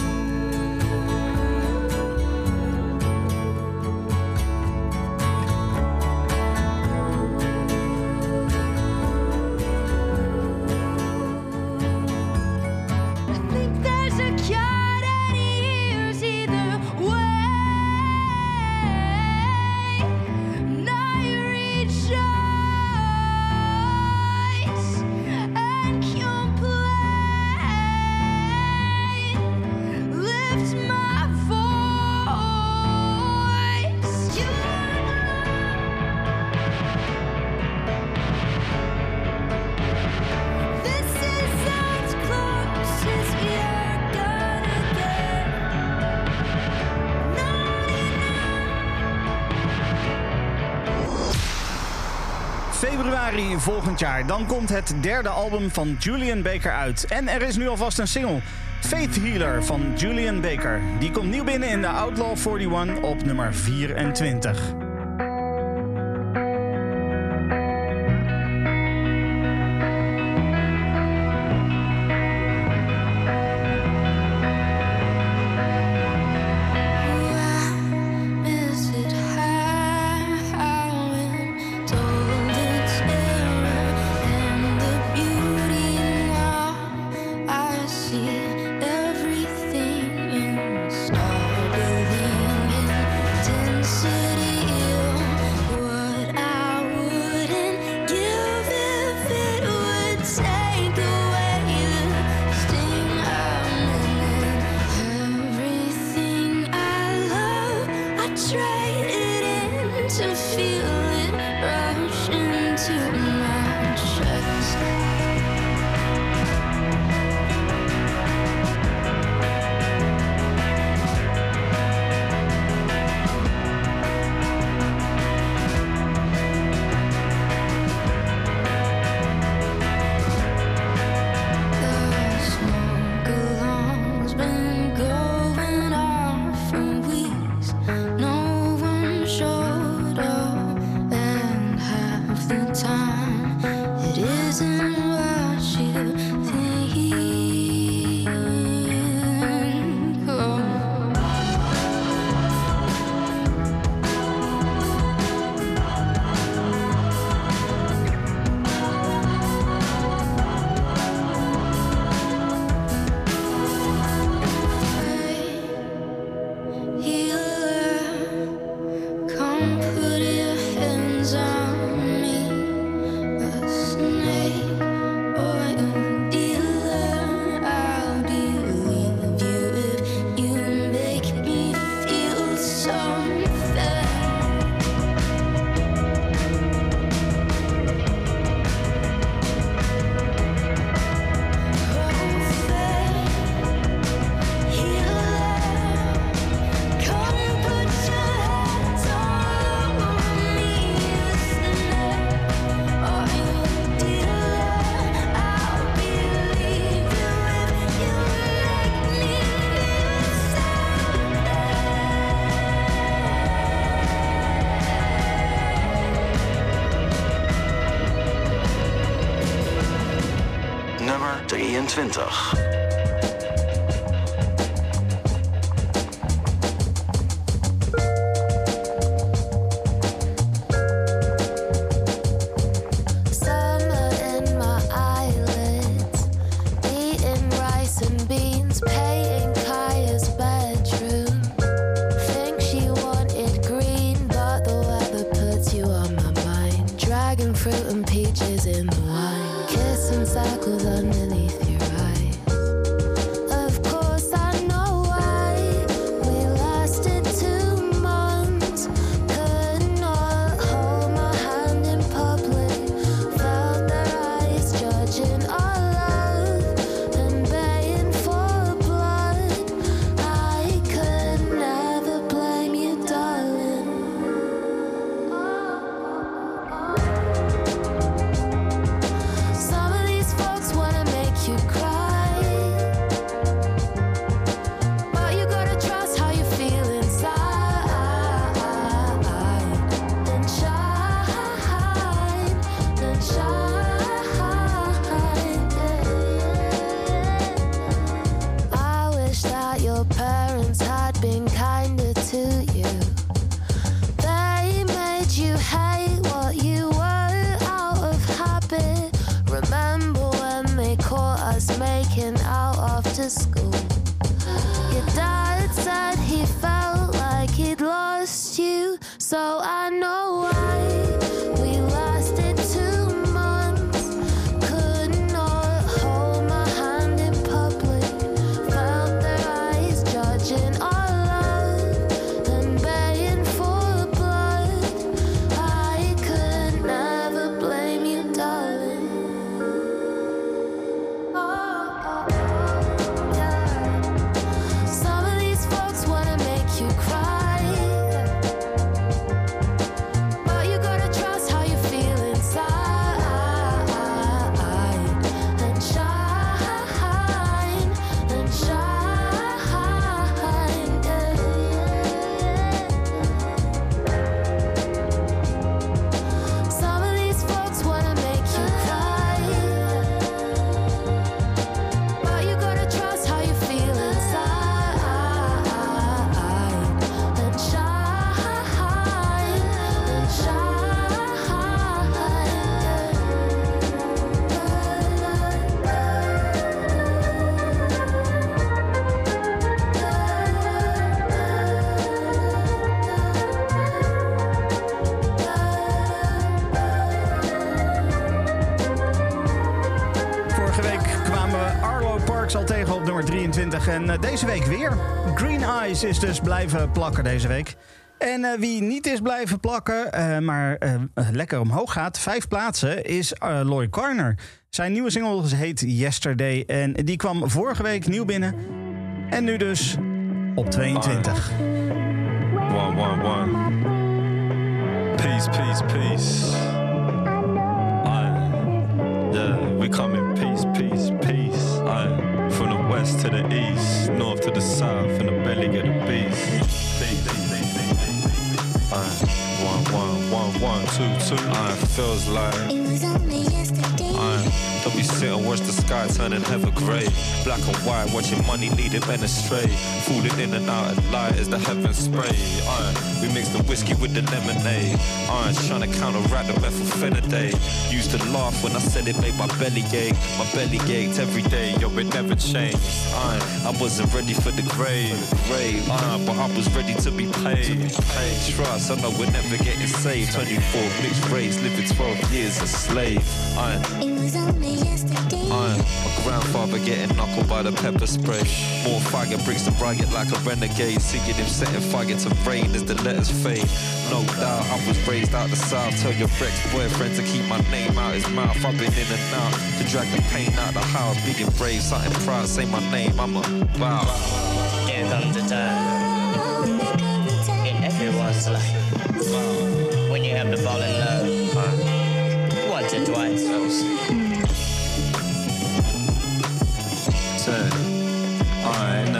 Februari volgend jaar, dan komt het 3e album van Julian Baker uit. En er is nu alvast een single, Faith Healer van Julian Baker. Die komt nieuw binnen in de Outlaw 41 op nummer 24. Everything in star building intensity. 23. Summer in my eyelids, eating rice and beans, painting Kaya's bedroom. Think she wanted green, but the weather puts you on my mind. Dragon fruit and peaches in the wine, kissing circles underneath your eyes. Of course I know why we lasted 2 months. Could not hold my hand in public. Felt their eyes judging our love and baying for blood. I could never blame you, darling. Some of these folks wanna make you cry, but you gotta trust how you feel inside. Then shine, then shine. I wish that your parents had been kinder to you. They made you hate what you were out of habit. Remember when they caught us making out after school? Your dad said he felt like he'd lost you, so I know why we lasted 2 months. Could not hold my hand in public. Felt their eyes judging our love and baying for blood. I could never blame you, darling. Some of these folks wanna make you cry, but you gotta trust how you feel inside. And shine, and shine. Some of these folks wanna make you cry, but you gotta trust how you feel inside. And shine, and Vorige week kwamen we Arlo Parks al tegen op nummer 23. En deze week weer. Green Eyes is dus blijven plakken deze week. En wie niet is blijven plakken, maar lekker omhoog gaat, 5 plaatsen, is Loy Carner. Zijn nieuwe single heet Yesterday. En die kwam vorige week nieuw binnen. En nu dus op 22. 111. Peace, peace, peace. Yeah, we come in peace, peace, peace. From the west to the east, north to the south, and the belly of the beast. Peace. 1, 2, 2. Feels like it was only yesterday. Don't be sit and watch the sky turning heather grey. Black and white, watching money leading men astray. Falling in and out of light as the heavens spray. We mix the whiskey with the lemonade. Trying to counteract the methylphenidate. Used to laugh when I said it made my belly ache. My belly ached every day, yo, it never changed. I wasn't ready for the grave. But I was ready to be paid. Trust, I know we're never getting saved. 24 mixed race, living 12 years a slave. It was only yesterday. My grandfather getting knuckled by the pepper spray. More fire bricks to riot like a renegade. Seeing him setting fire to rain as the letters fade. No doubt I was raised out the south. Tell your ex-boyfriend to keep my name out his mouth. I've been in and out to drag the pain out the house. Being brave, something proud, say my name, I'm a wow. Here comes the time in everyone's life when you have to fall in love once or twice. I ain't never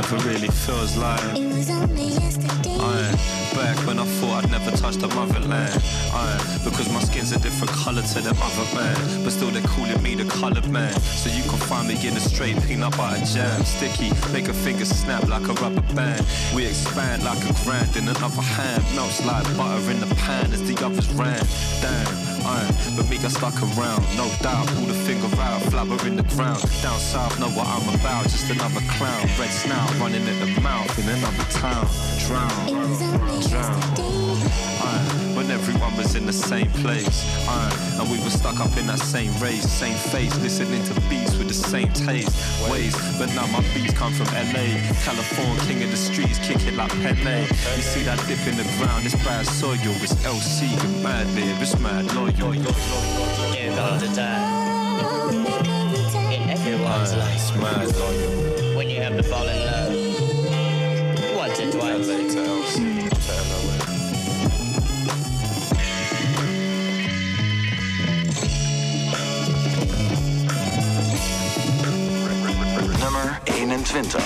never really feels like It was only yesterday. Back when I thought I'd never touch the motherland. Because my skin's a different colour to them other man. But still they're calling me the coloured man. So you can find me in a straight peanut butter jam. Sticky, make a finger snap like a rubber band. We expand like a grand in another hand. Melts like butter in the pan as the others ran. Damn. But me got stuck around, no doubt. Pull the finger out, flabber in the ground. Down south, know what I'm about, just another clown. Red snout running at the mouth in another town. Drown, drown. When everyone was in the same place, and we were stuck up in that same race, same face, listening to beats with the same taste, ways. But now my beats come from LA, California, king of the streets, kick it like Pele. You see that dip in the ground, it's bad soil, it's LC, get mad there, it's mad loyal. There comes a time in everyone's life mad loyal. when you have to fall in love once or twice. LA to LC, to LA. Nummer 21.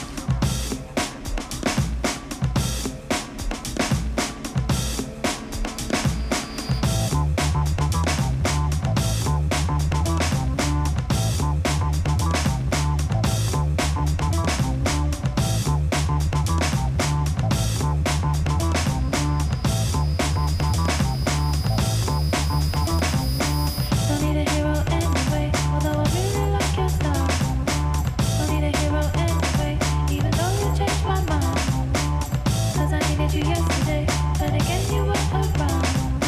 Don't need a hero anyway, although I really like your style. Don't need a hero anyway, even though you changed my mind. 'Cause I needed you yesterday, but again you were around.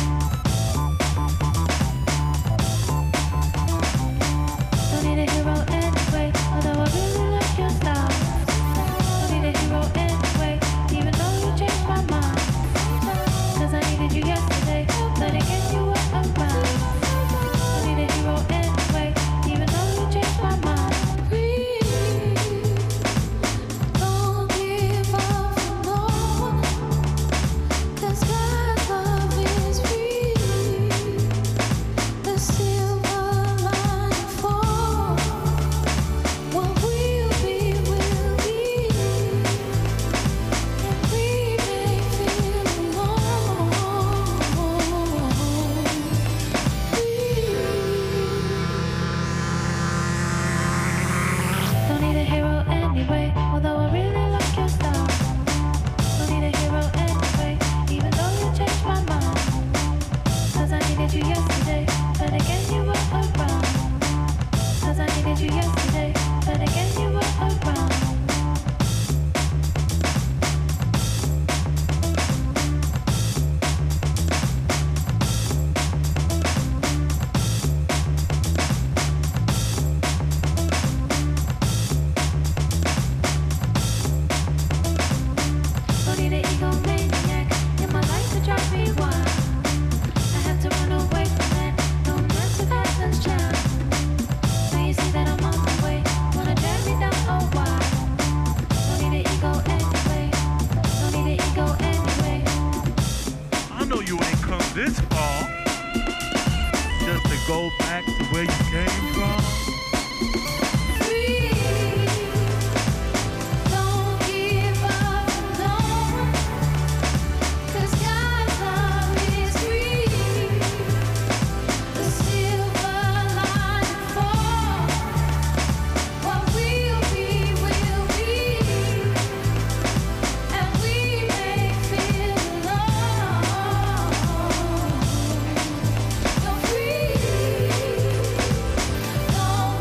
Don't need a hero anyway, although I really like your style. Don't need a hero anyway, even though you changed my mind. 'Cause I needed you yesterday, but again you were around. Don't need a hero anyway, even though you changed my mind. Don't give up for no one, 'cause God's love is free. The silver lining for what will be, and we may feel alone. Don't need a hero anyway, although I really like your style. Don't need a hero anyway, even though you changed my mind. 'Cause I needed you yesterday, but again you were around. 'Cause I needed you yesterday, but again you were around. Don't need an egomaniac in my life to drive me wild. I have to run away from that, no mess with Athens child. When you see that I'm on my way, wanna drag me down, oh why? Don't need an ego anyway, don't need an ego anyway. I know you ain't come this far just to go back to where you came from. Don't give up alone, 'cause God's love is free. The silver lining for what will be, and we may feel alone. You're free. Don't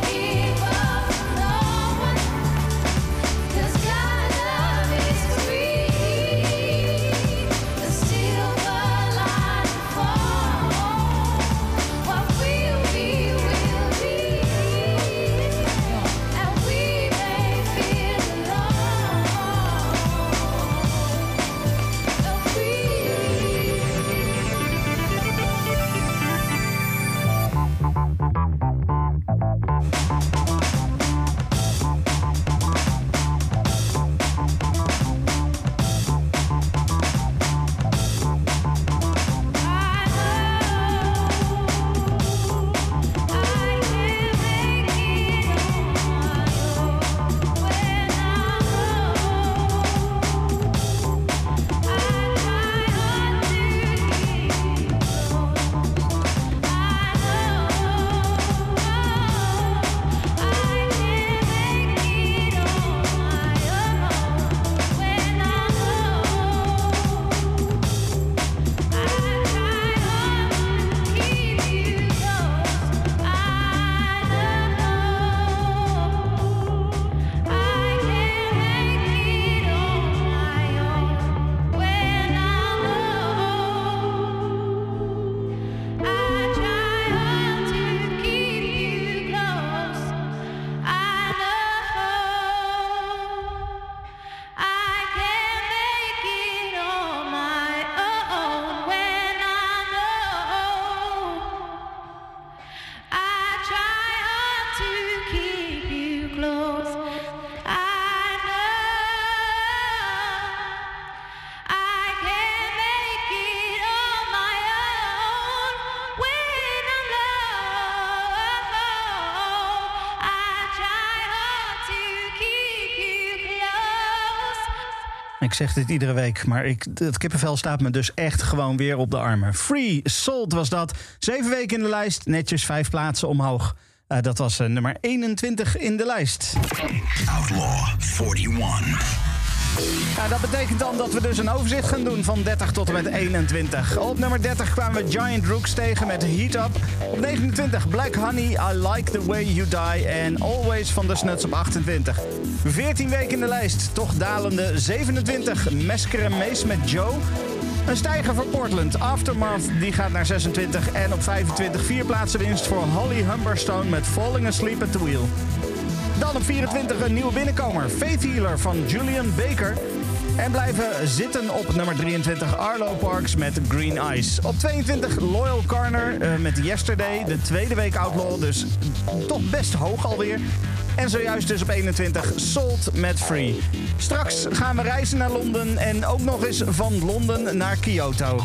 Ik zeg dit iedere week, maar het kippenvel staat me dus echt gewoon weer op de armen. Free Salt was dat. 7 weken in de lijst, netjes 5 plaatsen omhoog. Dat was nummer 21 in de lijst. Outlaw 41. Ja, dat betekent dan dat we dus een overzicht gaan doen van 30 tot en met 21. Op nummer 30 kwamen we Giant Rooks tegen met Heat Up. Op 29 Black Honey, I Like The Way You Die en Always van The Snuts op 28. 14 weken in de lijst, toch dalende 27 Mesker & Mace met Joe. Een stijger voor Portland, Aftermath, die gaat naar 26. En op 25 4 plaatsen winst voor Holly Humberstone met Falling Asleep at the Wheel. Dan op 24 een nieuwe binnenkomer, Faith Healer van Julian Baker. En blijven zitten op nummer 23 Arlo Parks met Green Eyes. Op 22 Loyal Corner met Yesterday, de tweede week Outlaw, dus toch best hoog alweer. En zojuist dus op 21 Salt met Free. Straks gaan we reizen naar Londen en ook nog eens van Londen naar Kyoto.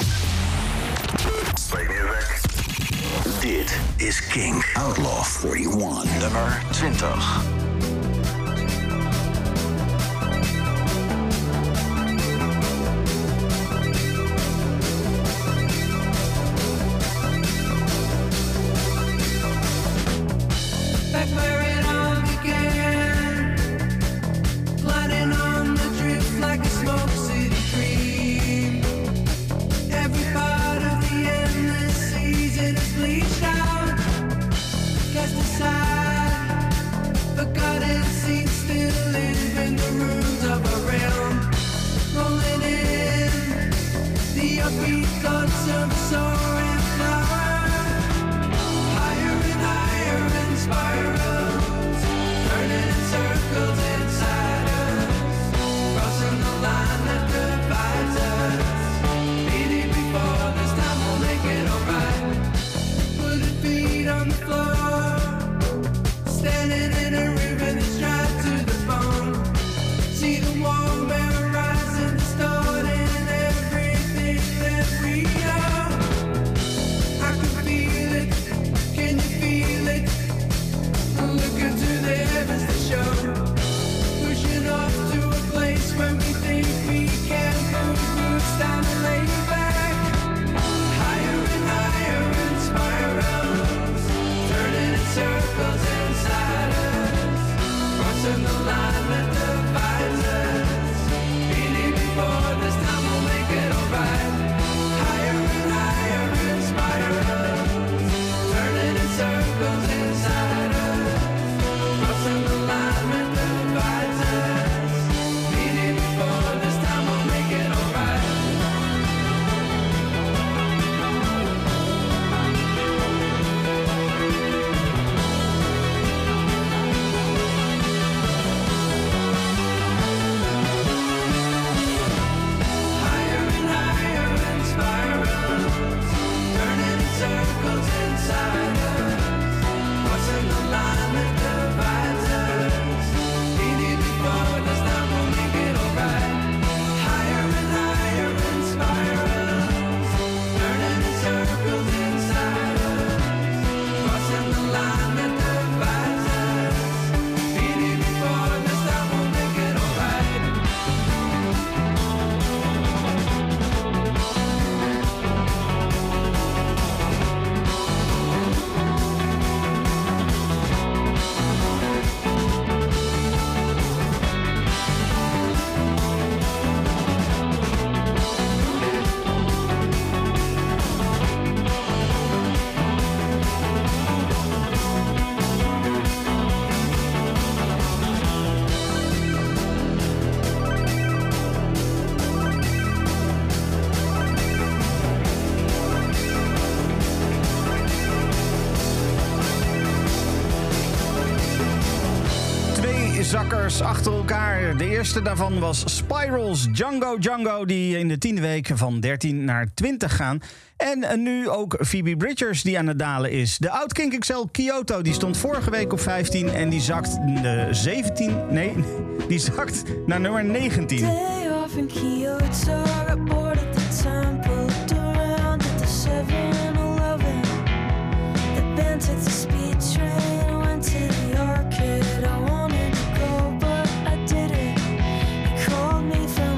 Dit is Kink Outlaw 41, nummer 20. Back where it all began, gliding on the drift like a smoke city dream. Every part of the endless season is bleached out, cast aside, forgotten scenes still live in the ruins of a realm. Rolling in the upbeat thoughts of a soaring flower, higher and higher in spirals, turning in circles inside us, crossing the line that divides us. Beating before this time we'll make it alright. Putting feet on the floor, standing in a river that's dry to the bone. See the warm air rising, distorting everything that we are. I can feel it, can you feel it? Look into the heavens to show, pushing off to a place where we think we can move, roots down and lay back. Higher and higher in spirals, turning in circles inside us, crossing the line that divides us. Beating before this time we'll make it alright. Higher and higher in spirals, turning in circles inside us, crossing the line that divides us. Beating before this time we'll make it alright. Higher and higher in spirals, turning in circles inside us, crossing the line that divides us. Beating before this time we'll make it alright. Higher and higher in spirals, turning in circles inside us, crossing the line that divides us. Beating before this time we'll make it alright. Twee zakkers achter elkaar. De eerste daarvan was Spirals, Django, die in de 10e week van 13 naar 20 gaan. En nu ook Phoebe Bridgers die aan het dalen is. De oud Kink XL Kyoto die stond vorige week op 15 en die zakt die zakt naar nummer 19. Day off in Kyoto, got bored at the temple, looked around at the 7-Eleven. The band took the speed train, went to the arcade. I wanted to go, but I didn't. He called me from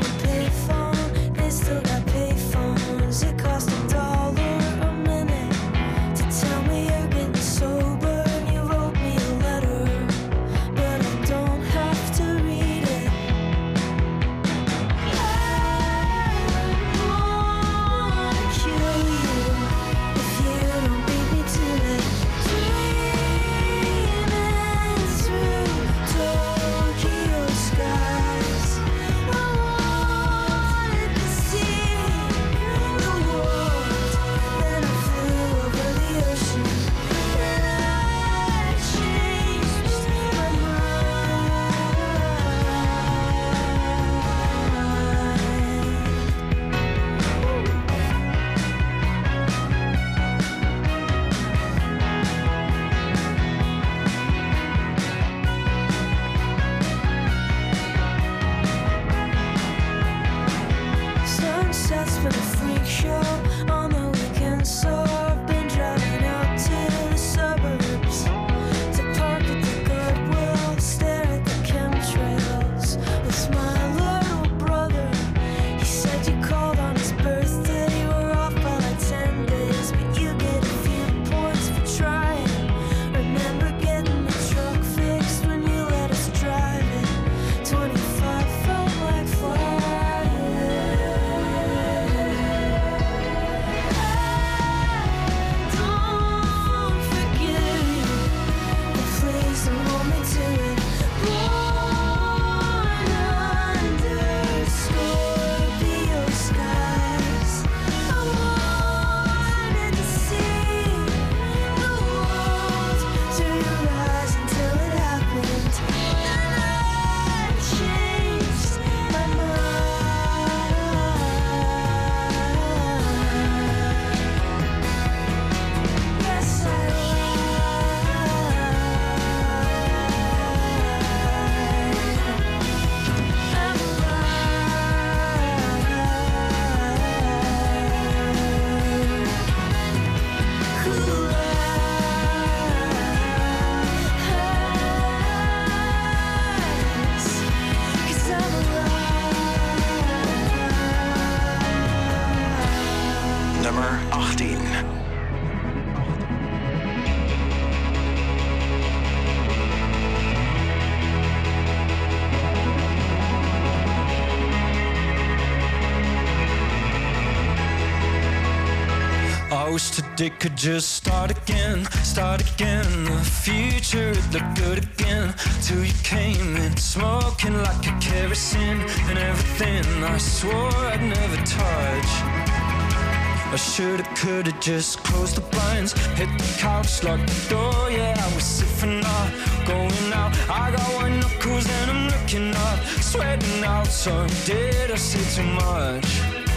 it could just start again. The future, it looked good again. Till you came in, smoking like a kerosene. And everything I swore I'd never touch. I shoulda, coulda just closed the blinds. Hit the couch, locked the door. Yeah, I was sick for not going out. I got white knuckles and I'm looking up, sweating out. So did I say too much?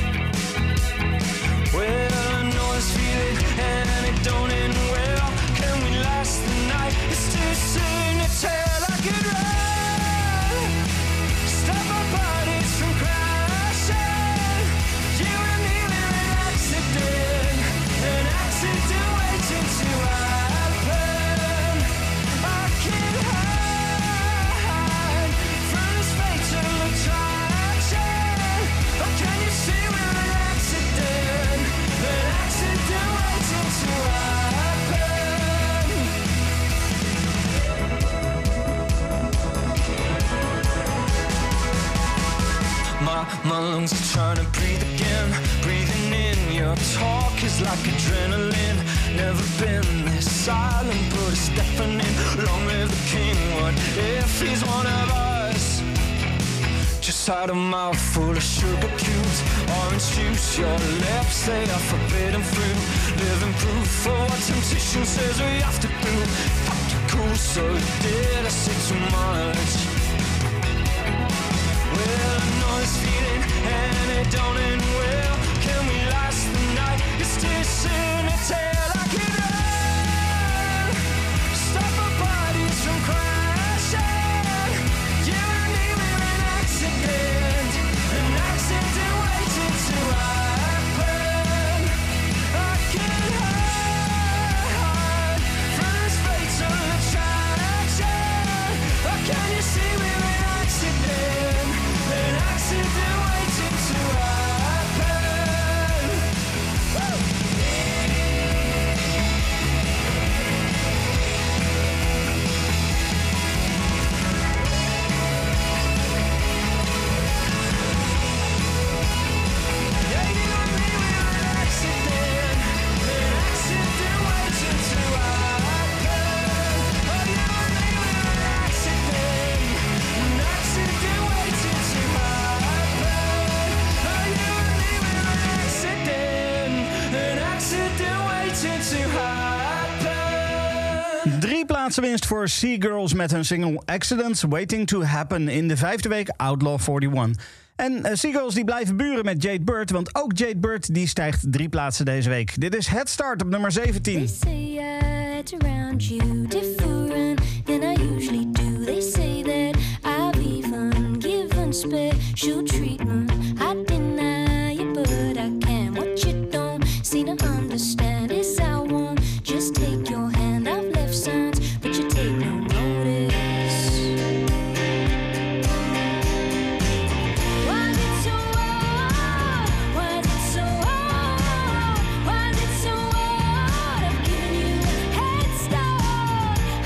Well, I know it's feeling and it don't end well. Can we last the night? It's too soon to tell. I could run, stop our bodies from crashing. You and me were an accident waiting to happen. I can't hide from this fatal attraction. Oh, can you see we're an accident waiting to happen? My lungs are trying to breathe again. Breathing in your talk is like adrenaline. Never been this silent, but it's deafening. Long live the king, what if he's one of us? Just had a mouth full of sugar cubes, orange juice, your lips, they are forbidden fruit. Living proof for what temptation says we have to do. Fuck you cool, so did I say too much? Well, I know this feeling and it don't end well. Can we last the night? It's too soon to tell. I can run, stop our bodies from crashing. You and me were an accident waiting to happen. I can't hide from this fatal attraction. Oh, can you see we're an accident waiting to happen? Woo! Yeah, you and me, we were an accident waiting to happen. Oh, you and me, we were an accident waiting to happen. Oh, you and me, we were an accident waiting to happen. 3 plaatsen winst voor Seagirls met hun single Accidents Waiting to Happen in de 5e week Outlaw 41. En Seagirls die blijven buren met Jade Bird, want ook Jade Bird die stijgt 3 plaatsen deze week. Dit is Head Start op nummer 17. They say I act around you different than I usually do. They say that I've even given special treatment. I deny it, but I can. What you don't seem to understand is I won't just take your hand. I've left signs, but you take no notice. Why is it so hard? Why is it so hard? Why is it so hard? I've given you a head start.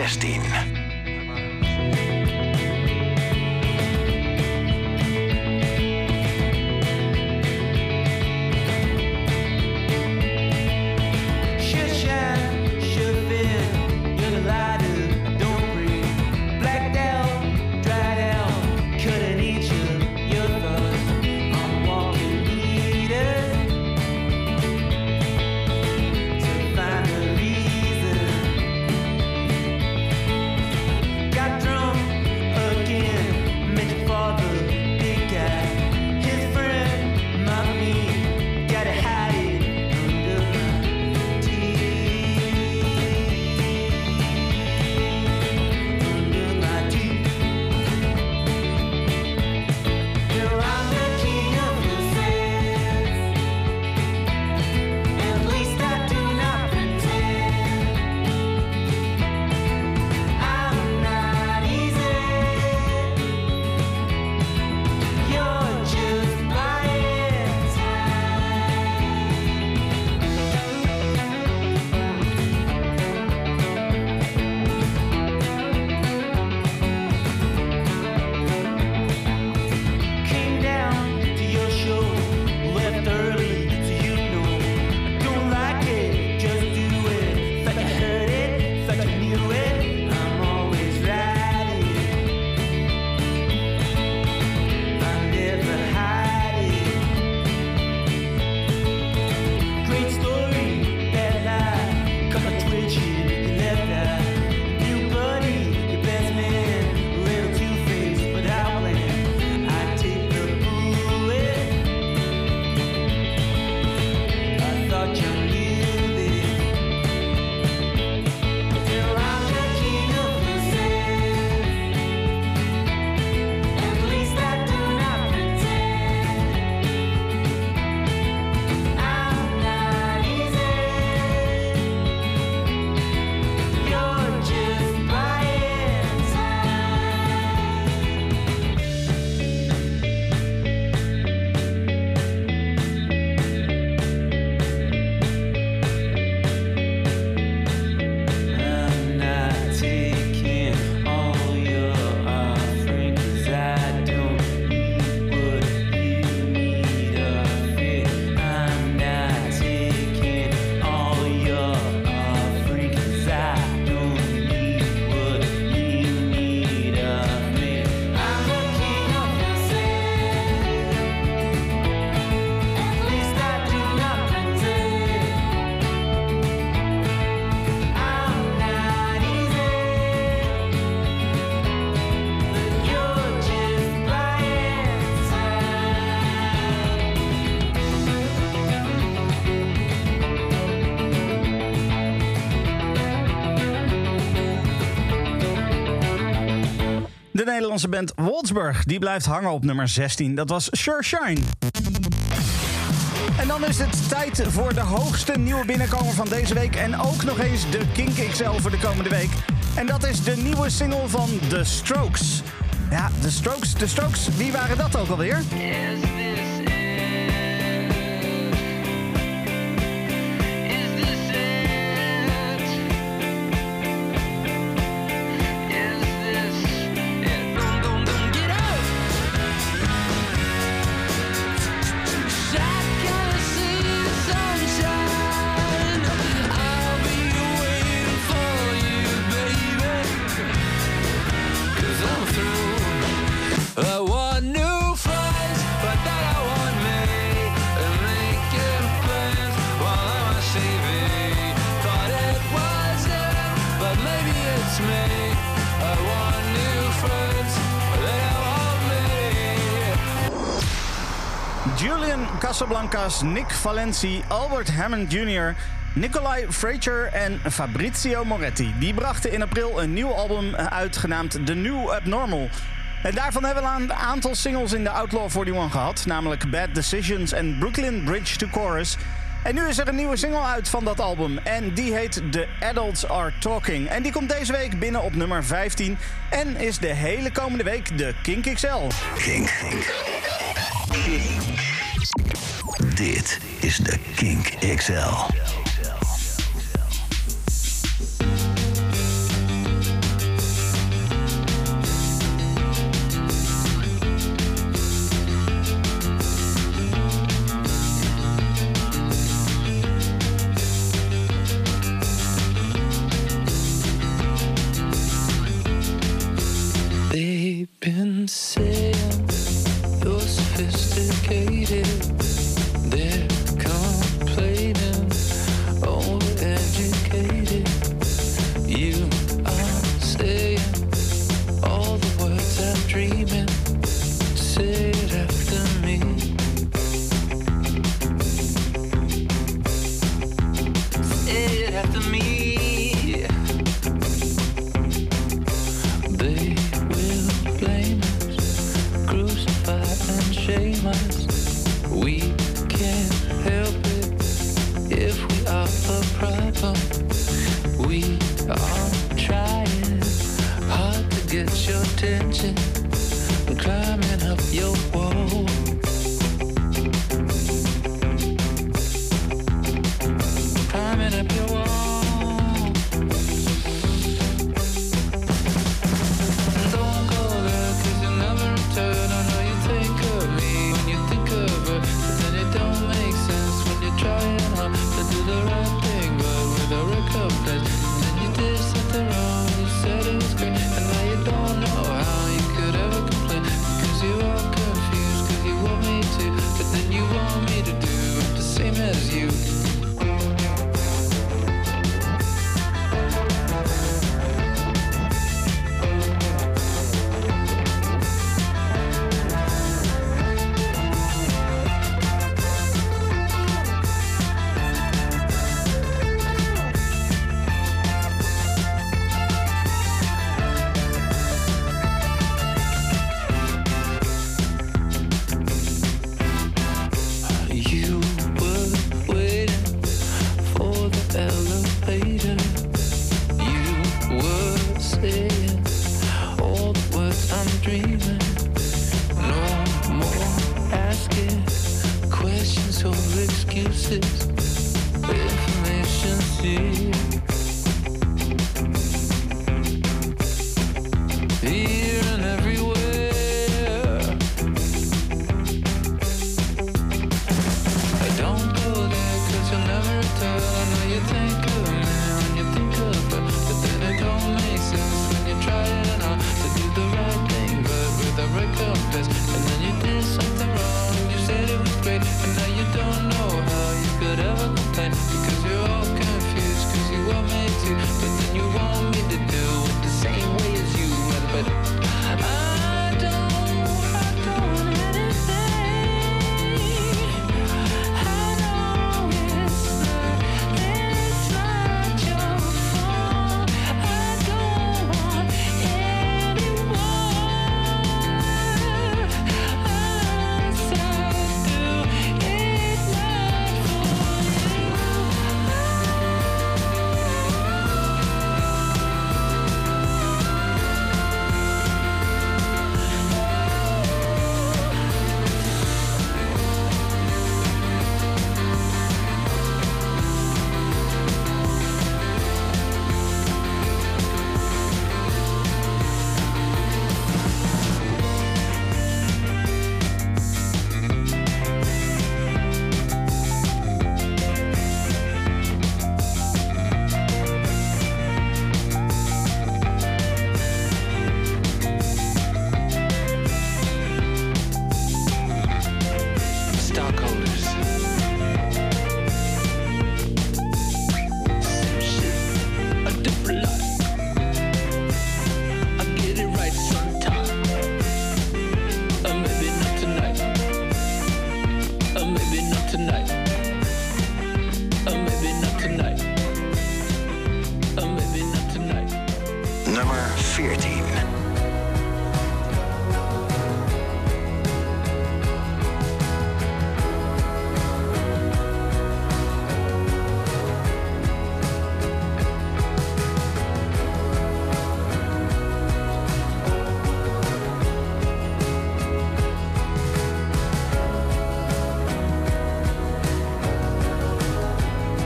16. De Nederlandse band Wolfsburg, die blijft hangen op nummer 16. Dat was Sure Shine. En dan is het tijd voor de hoogste nieuwe binnenkomer van deze week. En ook nog eens de Kink XL voor de komende week. En dat is de nieuwe single van The Strokes. Ja, The Strokes, wie waren dat ook alweer? I want new friends, but that I want me. And making plans while I'm on TV. Thought it was him, but maybe it's me. I want new friends, but I want me. Julian Casablancas, Nick Valenci, Albert Hammond Jr., Nicolai Frazier en Fabrizio Moretti. Die brachten in april een nieuw album uit genaamd The New Abnormal. En daarvan hebben we een aantal singles in de Outlaw 41 gehad. Namelijk Bad Decisions en Brooklyn Bridge to Chorus. En nu is er een nieuwe single uit van dat album. En die heet The Adults Are Talking. En die komt deze week binnen op nummer 15. En is de hele komende week de Kink XL. Kink. Dit is de Kink XL. You're sophisticated. They're complaining, overeducated. You are saying all the words I'm dreaming. Say it after me. Say it after me. They will blame us, crucify and shame us. We can't help it if we are the problem. We are trying hard to get your attention, climbing up your wall. Climbing up your wall. Don't go there, 'cause you'll never return. I know you think of me when you think of her, but then it don't make sense when you're trying hard to do the right thing, but with a recompense. And then you did something wrong, you said it was great, and now you don't know how you could ever complain, because you're all confused, 'cause you want me to, but then you want me to do the same as you. You were waiting for the elevator. You were saying all the words I'm dreaming. No more asking questions or excuses. Information's here. Here and everywhere. Don't go there, 'cause you'll never return. I know you think of me when you think of her, but then it don't make sense when you're trying hard to do the right thing, but with a recompense. And then you did something wrong, you said it was great, and now you don't know how you could ever complain, because you're all confused, 'cause you want me to, but then you want me to do it the same way as you. But I don't anything. I know it's not your fault. I don't want anyone else to do it not for you. Stockholders. Same shit, a different life. I get it right sometime. Maybe not tonight. Maybe not tonight. Maybe not tonight. Maybe not tonight. Nummer 14.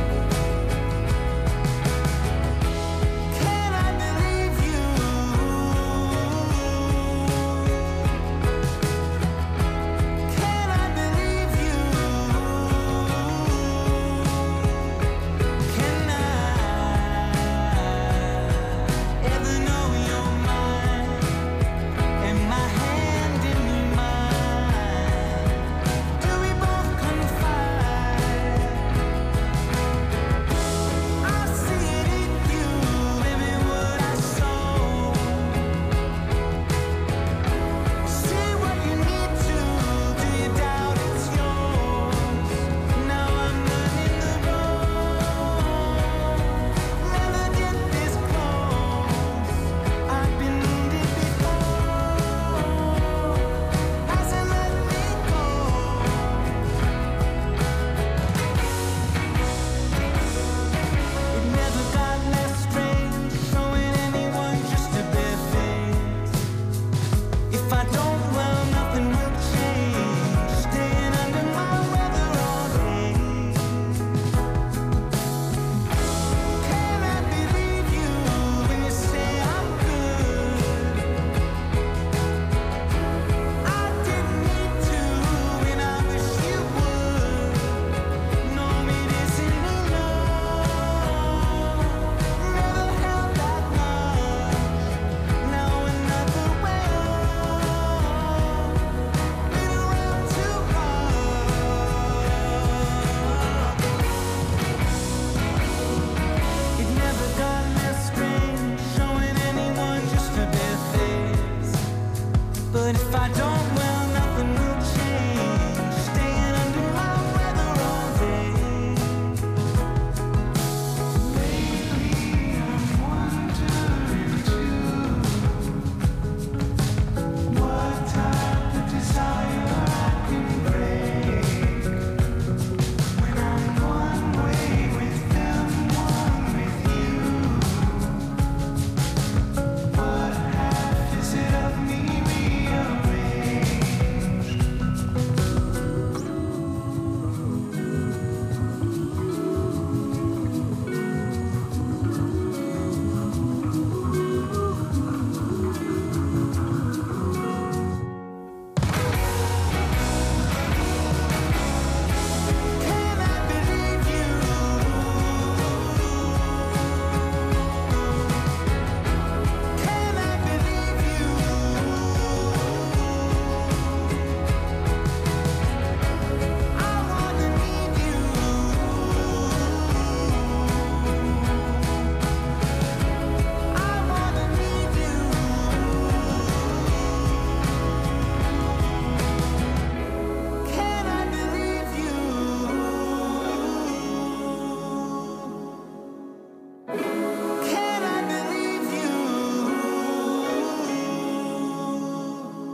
Can I believe you?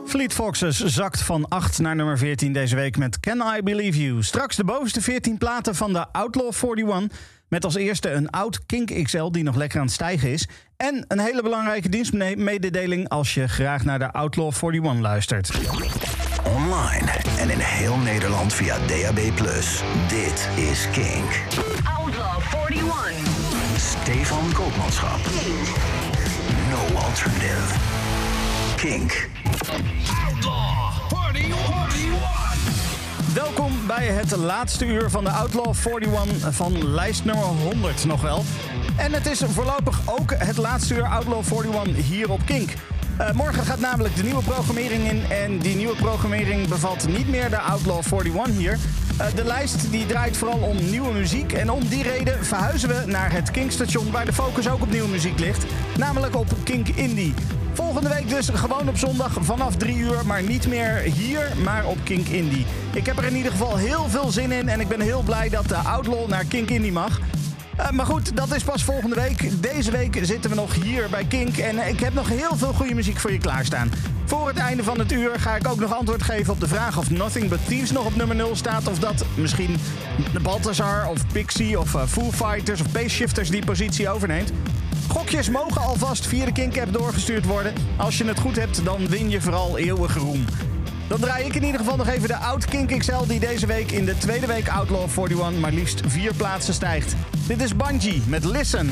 Fleet Foxes zakt van 8 naar nummer 14 deze week met Can I Believe You. Straks de bovenste 14 platen van de Outlaw 41... met als eerste een oud Kink XL die nog lekker aan het stijgen is... en een hele belangrijke dienstmededeling als je graag naar de Outlaw 41 luistert. Online en in heel Nederland via DAB+. Dit is Kink. Outlaw 41. Stefan Koopmanschap. No alternative. Kink. Outlaw 41. Welkom bij het laatste uur van de Outlaw 41 van lijst nummer 100 nog wel. En het is voorlopig ook het laatste uur Outlaw 41 hier op Kink. Morgen gaat namelijk de nieuwe programmering in en die nieuwe programmering bevat niet meer de Outlaw 41 hier. De lijst die draait vooral om nieuwe muziek en om die reden verhuizen we naar het Kinkstation waar de focus ook op nieuwe muziek ligt, namelijk op Kink Indie. Volgende week dus gewoon op zondag vanaf 3 uur, maar niet meer hier, maar op Kink Indie. Ik heb er in ieder geval heel veel zin in en ik ben heel blij dat de Outlaw naar Kink Indie mag. Maar goed, dat is pas volgende week. Deze week zitten we nog hier bij Kink en ik heb nog heel veel goede muziek voor je klaarstaan. Voor het einde van het uur ga ik ook nog antwoord geven op de vraag of Nothing But Thieves nog op nummer 0 staat. Of dat misschien Balthazar of Pixie of Foo Fighters of Pace Shifters die positie overneemt. Gokjes mogen alvast via de Kink-app doorgestuurd worden. Als je het goed hebt, dan win je vooral eeuwige roem. Dan draai ik in ieder geval nog even de oud Kink XL die deze week in de tweede week Outlaw 41 maar liefst 4 plaatsen stijgt. Dit is Bungie met Listen.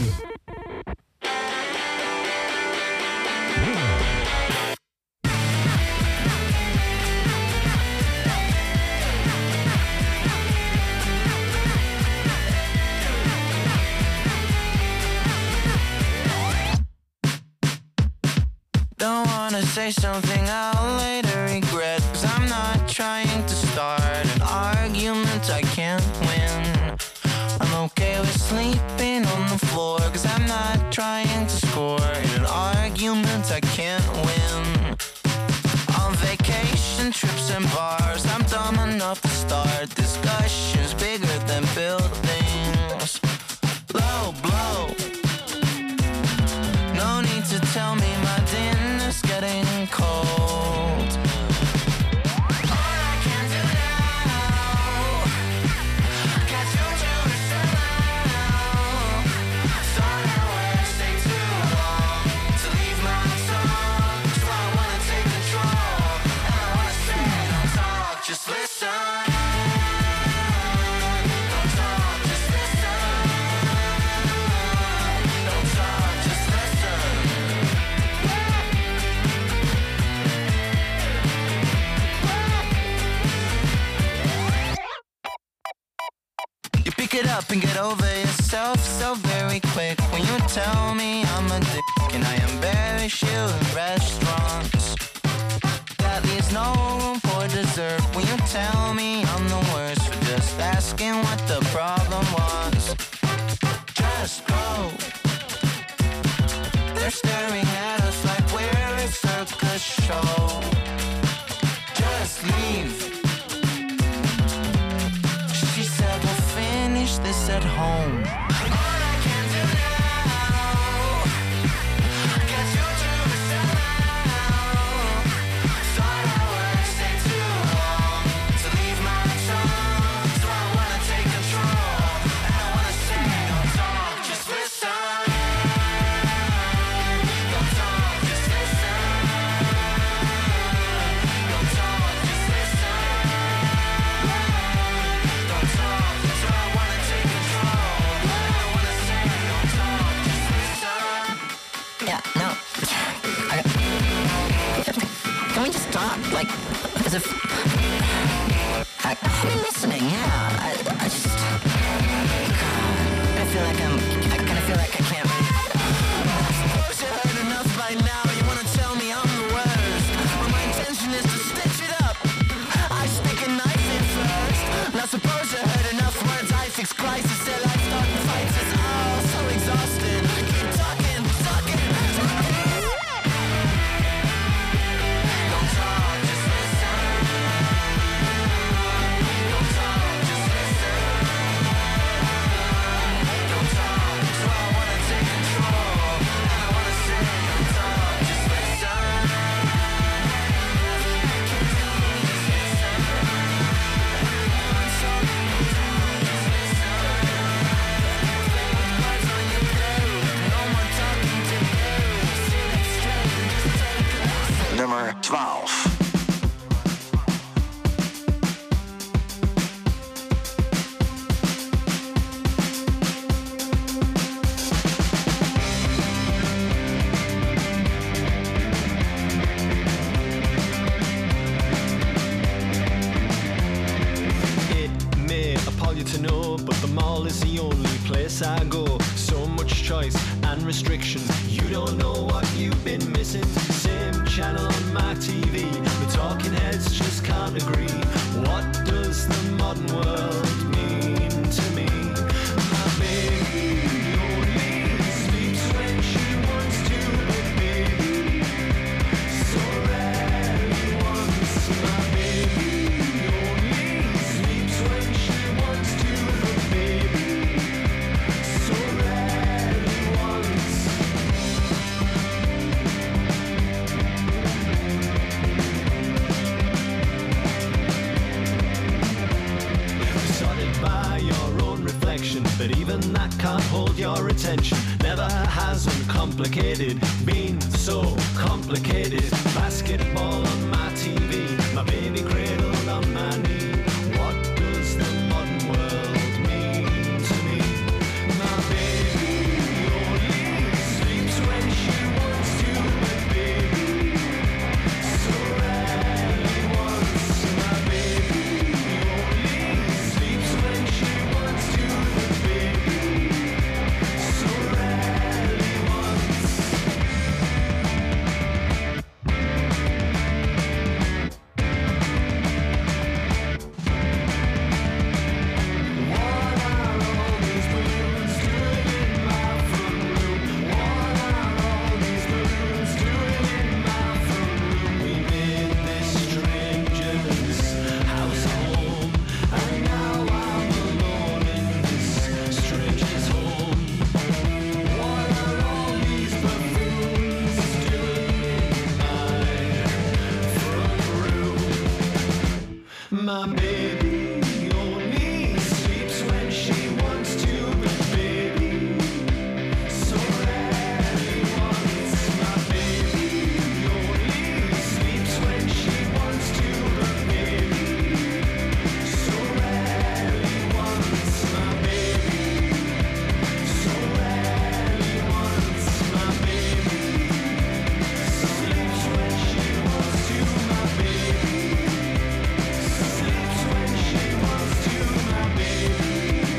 Don't wanna say something I'll later regret, 'cause I'm not trying to start an argument I can't win. I'm okay with sleeping on the floor, 'cause I'm not trying to score in an argument I can't win. On vacation trips and bars, I'm dumb enough to start discussions bigger than buildings. Low blow. No need to tell me my dinner's getting cold. All I can do now, catch you to now. Thought I would stay too long to leave my tongue, so I wanna take control. And I wanna say, don't talk, just listen. Don't talk, just listen. Don't talk, just listen. You pick it up and get over yourself so very quick when you tell me I'm a dick and I embarrass you in restaurants. That leaves no room for dessert when you tell me I'm the worst for just asking what the problem was. Just go. They're staring at us like we're a circus show. Just leave. She said we'll finish this at home. All I can do now, get you to now. Thought I would stay too long to leave my tongue, so I wanna take control. And I wanna say, don't talk, just listen. Don't talk, just listen. Don't talk, just listen. Don't talk, so I wanna take control. And I wanna say, don't talk, just listen. Yeah, no. Can we just talk, like, as if... I've been listening, yeah. I just... God, I feel like I kind of feel like I can't... I suppose you heard enough by now. You wanna tell me I'm the worst. Well, my intention is to stitch it up. I stick a knife in first. Now suppose you heard enough words. I fix crisis till I start fights. It's all so exhausting. Keep talking, talking, talking. Don't talk, just listen. Don't talk, just listen. Don't talk, so I wanna take control. And I wanna say, don't talk, just listen. is the only place I go. So much choice and restriction. You don't know what you've been missing. Same channel on my TV. The talking heads just can't agree. What does the modern world mean to me? My baby only sleeps when she wants to, but baby so rarely wants. My baby only sleeps when she wants to, but baby so rarely wants. Sorted by your own reflection, but even that can't hold your attention. Never has uncomplicated been so complicated. Basketball on my TV, my baby cradled on my knee. What does the modern world mean to me? My baby only sleeps when she wants to, but baby so rarely wants. My baby only sleeps when she wants to, but baby so rarely wants. What are all these balloons doing in my front room? What are all these balloons doing in my front room? We made this stranger's house a home, and now I'm alone in this stranger's home. What are all these buffoons doing in my front room? My baby only sleeps when she wants to, but baby so rarely wants. My baby only sleeps when she wants to, but baby so rarely wants. My baby so rarely wants. My baby sleeps when she wants to. My baby sleeps when she wants to. My baby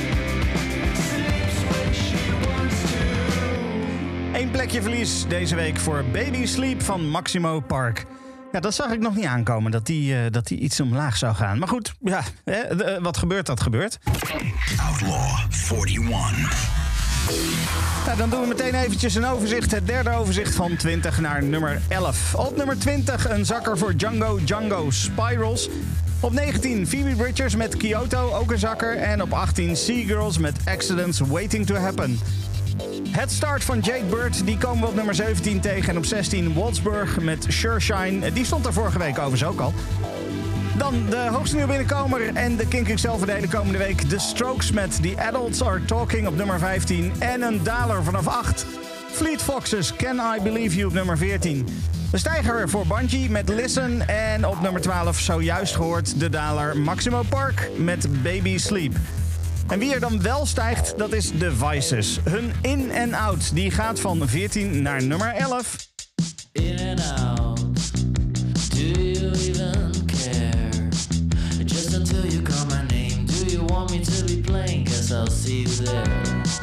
sleeps when she wants to. Eén plekje verlies deze week voor Baby Sleep van Maximo Park. Ja, dat zag ik nog niet aankomen, dat die iets omlaag zou gaan. Maar goed, ja, wat gebeurt, dat gebeurt. Outlaw 41. Nou, dan doen we meteen eventjes een overzicht. Het derde overzicht van 20 naar nummer 11. Op nummer 20 een zakker voor Django, Spirals. Op 19 Phoebe Bridgers met Kyoto, ook een zakker. En op 18 Seagirls met Accidents Waiting to Happen. Head Start van Jake Bird, die komen we op nummer 17 tegen. En op 16 Waldsburg met Sure Shine. Die stond er vorige week overigens ook al. Dan de hoogste nieuwe binnenkomer en de Kink XL verdelen komende week. The Strokes met The Adults Are Talking op nummer 15. En een daler vanaf 8. Fleet Foxes, Can I Believe You op nummer 14. De stijger voor Bungie met Listen. En op nummer 12 zojuist gehoord de daler Maximo Park met Baby Sleep. En wie er dan wel stijgt, dat is The Vices. Hun In and Out, die gaat van 14 naar nummer 11. In and out, do you even care? Just until you call my name, do you want me to be playing? Guess I'll see you there.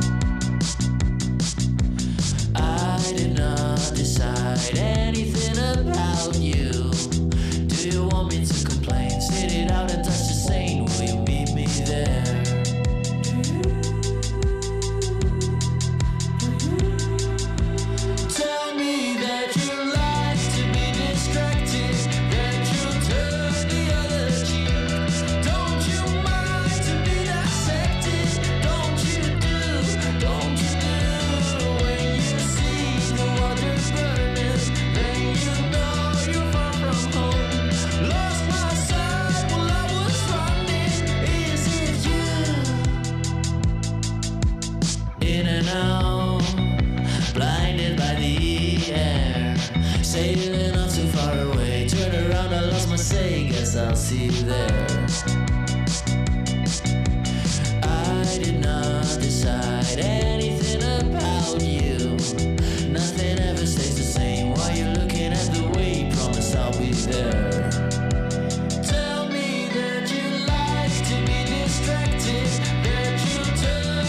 I did not decide anything about you. Do you want me to complain? Sit it out and touch the sane. Will you meet me there? Tell me that you like to be distracted, that you'll turn the other cheek. Don't you mind to be dissected? Don't you do when you see the water burning, then you know you're far from home. Lost my sight while I was running. Is it you? In and out, blinded by the air, sailing not too far away. Turn around, I lost my say. Guess I'll see you there. I did not decide anything about you. Nothing ever stays the same while you're looking at the way. Promise I'll be there. Tell me that you like to be distracted, that you turn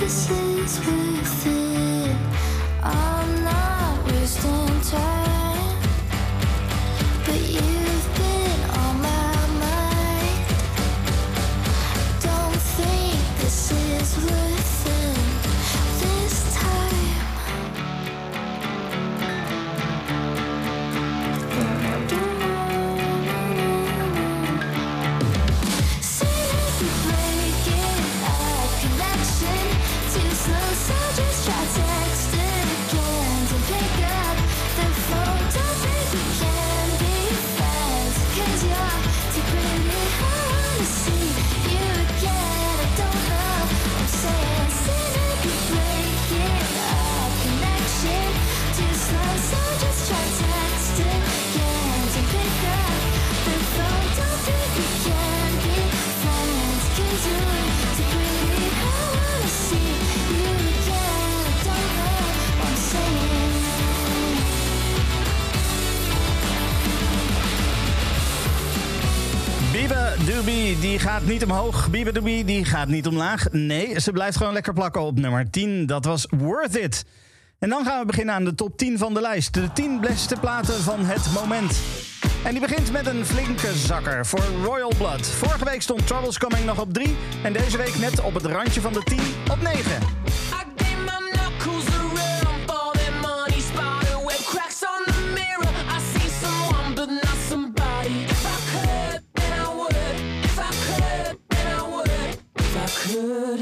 this is worth it. I'm not wasting time, but you've been on my mind. Don't think this is worth it this time. So just try text again. Don't pick up the phone. Don't think we can be friends, 'cause you're too pretty. I wanna see you again. I don't know what I'm saying. Say that you're breaking up connection too slow. So just try text again. Don't pick up the phone. Don't think we can be friends, 'cause you're too pretty. I wanna see you again. I don't know what I'm saying. Biba Doobie, die gaat niet omhoog. Biba Doobie, die gaat niet omlaag. Nee, ze blijft gewoon lekker plakken op nummer 10. Dat was Worth It. En dan gaan we beginnen aan de top 10 van de lijst. De 10 beste platen van het moment. En die begint met een flinke zakker voor Royal Blood. Vorige week stond Troubles Coming nog op 3. En deze week net op het randje van de 10 op 9. Could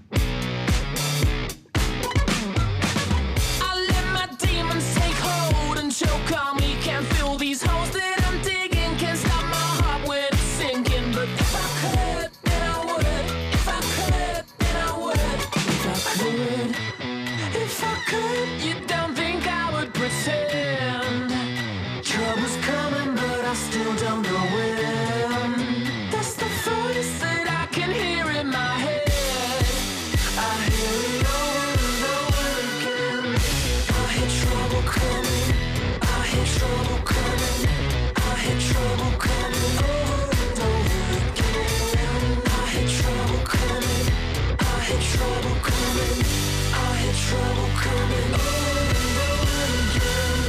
I let my demons take hold and choke on me? Can't fill these holes that I'm digging. Can't stop my heart when it's sinking. But if I could, then I would. If I could, then I would. If I could, if I could, you don't think I would pretend? Trouble's coming, but I still don't know when. That's the voice that I can hear in my head. I hear it over and over again. I hear trouble coming. I hear trouble coming. I hear trouble coming over and over again. I hear trouble coming. I hear trouble coming. I hear trouble coming over and over again.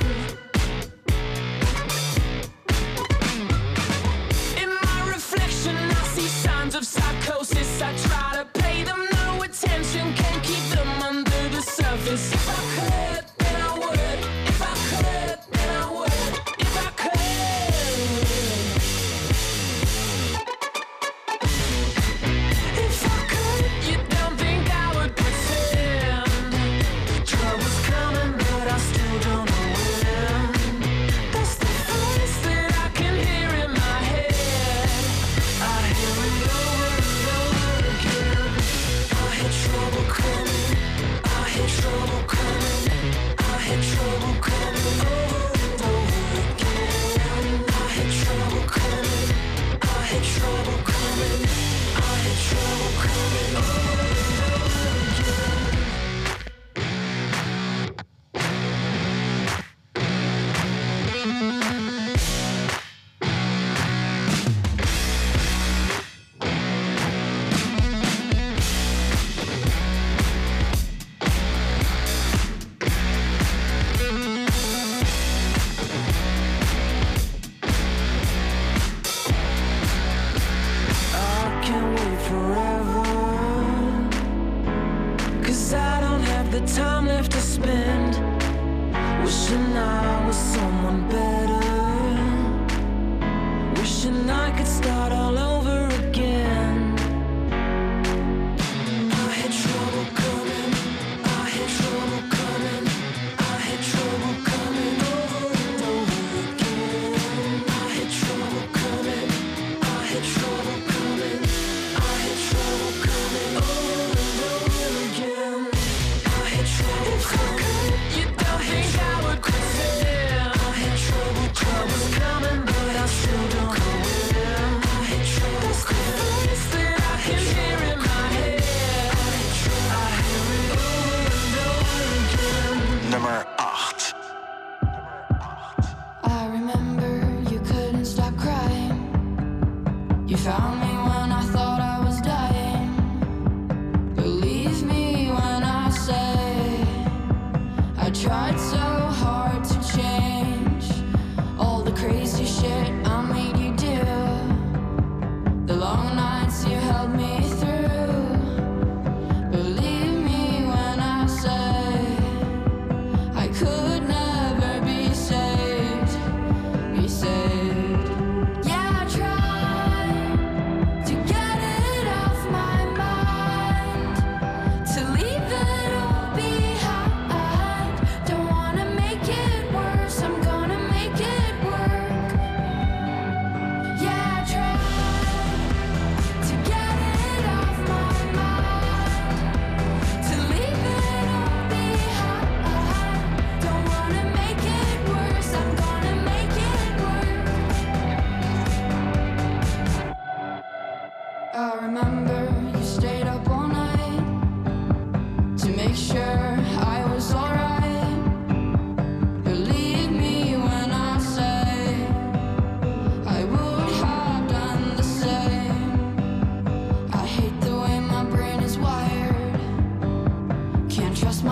In my reflection, I see signs of psychosis. I try to pay them no attention, can't keep them under the surface. If I could, then I would. If I could, then I would. If I could. If I could, you don't think I would pretend? Trouble's coming, but I still don't know when. That's the voice that I can hear in my head. I hear it over and over again. I hear trouble coming. I hear trouble coming. I hear trouble coming over and over again. I hear trouble coming. I hear trouble coming. I hear trouble coming over and over again. I can't wait forever, 'cause I don't have the time left to spend wishing I was someone better, wishing I could start all over again. I had trouble coming, I had trouble coming, I had trouble coming over and over again. I had trouble coming, I had trouble coming, I had trouble coming over and over again. I had trouble coming, you don't think I would pretend? I had trouble, trouble's coming, but I still don't know when. I had trouble,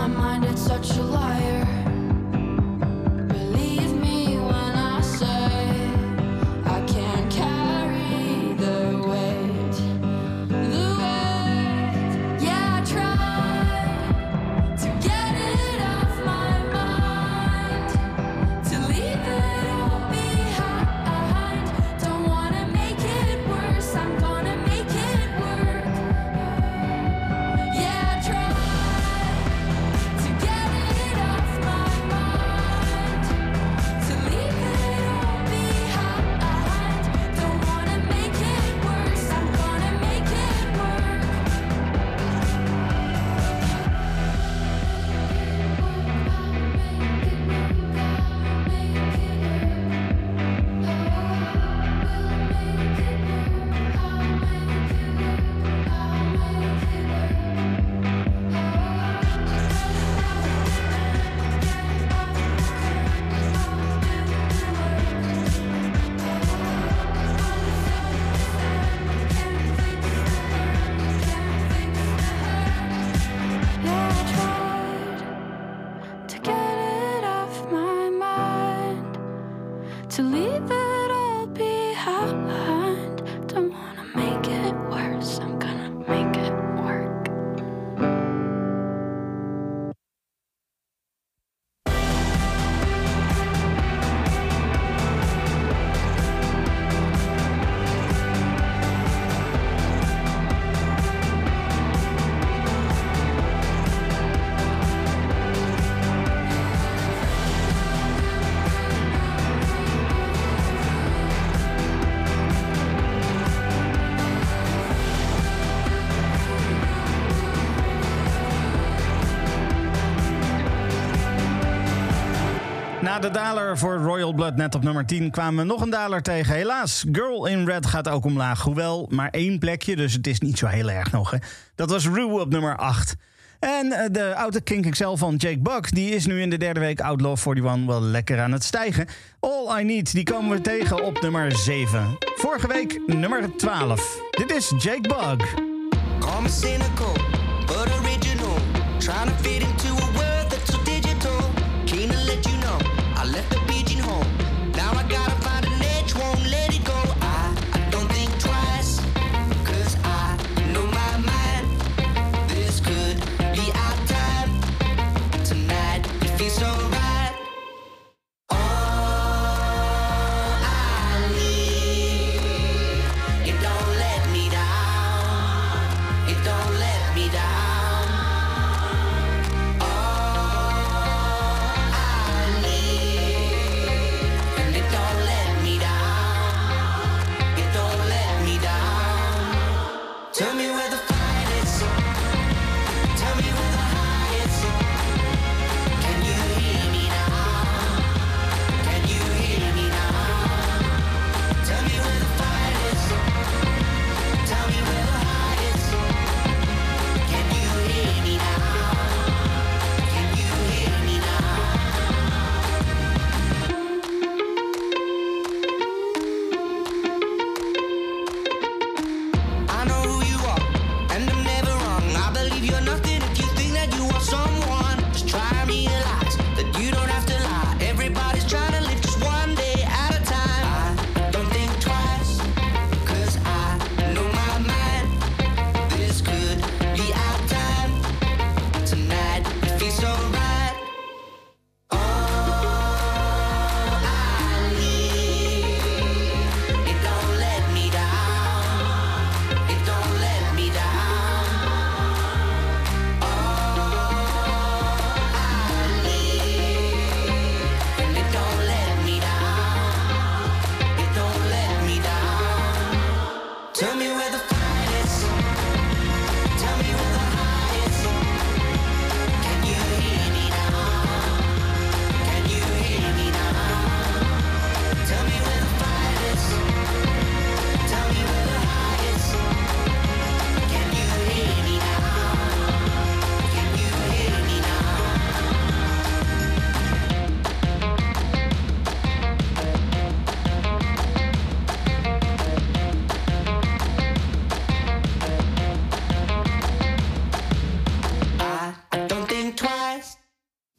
my mind, it's such a liar. Believe me when I say I can't carry the weight. The weight, yeah, I tried to get it off my mind, to leave it all behind. Don't wanna make it worse, I'm gonna make it work. Yeah, I tried to get it off my mind, to leave it all behind. Don't wanna make it worse, I'm gonna make it work. Yeah, I tried to get it off my mind, to leave it all behind. Don't wanna make it worse, I'm gonna make it work. Na de daler voor Royal Blood net op nummer 10 kwamen we nog een daler tegen. Helaas, Girl in Red gaat ook omlaag. Hoewel maar 1 plekje, dus het is niet zo heel erg nog. Hè. Dat was Rue op nummer 8. En de oude Kink XL van Jake Buck, die is nu in de derde week Outlaw 41 wel lekker aan het stijgen. All I Need, die komen we tegen op nummer 7. Vorige week nummer 12. Dit is Jake Buck. Call me cynical, but original. Trying to fit into a world that's so digital. Keen to let you know, I left the pigeonhole. Now I gotta find an edge, won't let it go. I don't think twice, cause I know my mind. This could be our time. Tonight, it feels so right. All I need, it don't let me down. It don't let me down.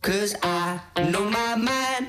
'cause I know my mind.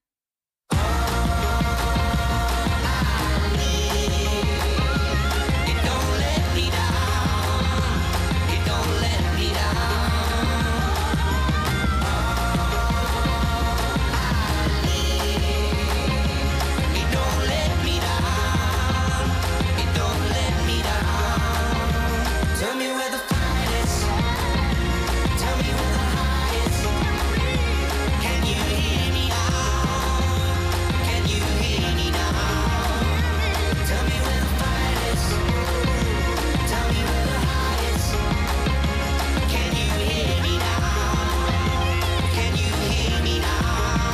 Tell me where the fight is. Tell me where the high is. Can you hear me now? Can you hear me now? Tell me where the fight is. Tell me where the high is. Can you hear me now? Can you hear me now?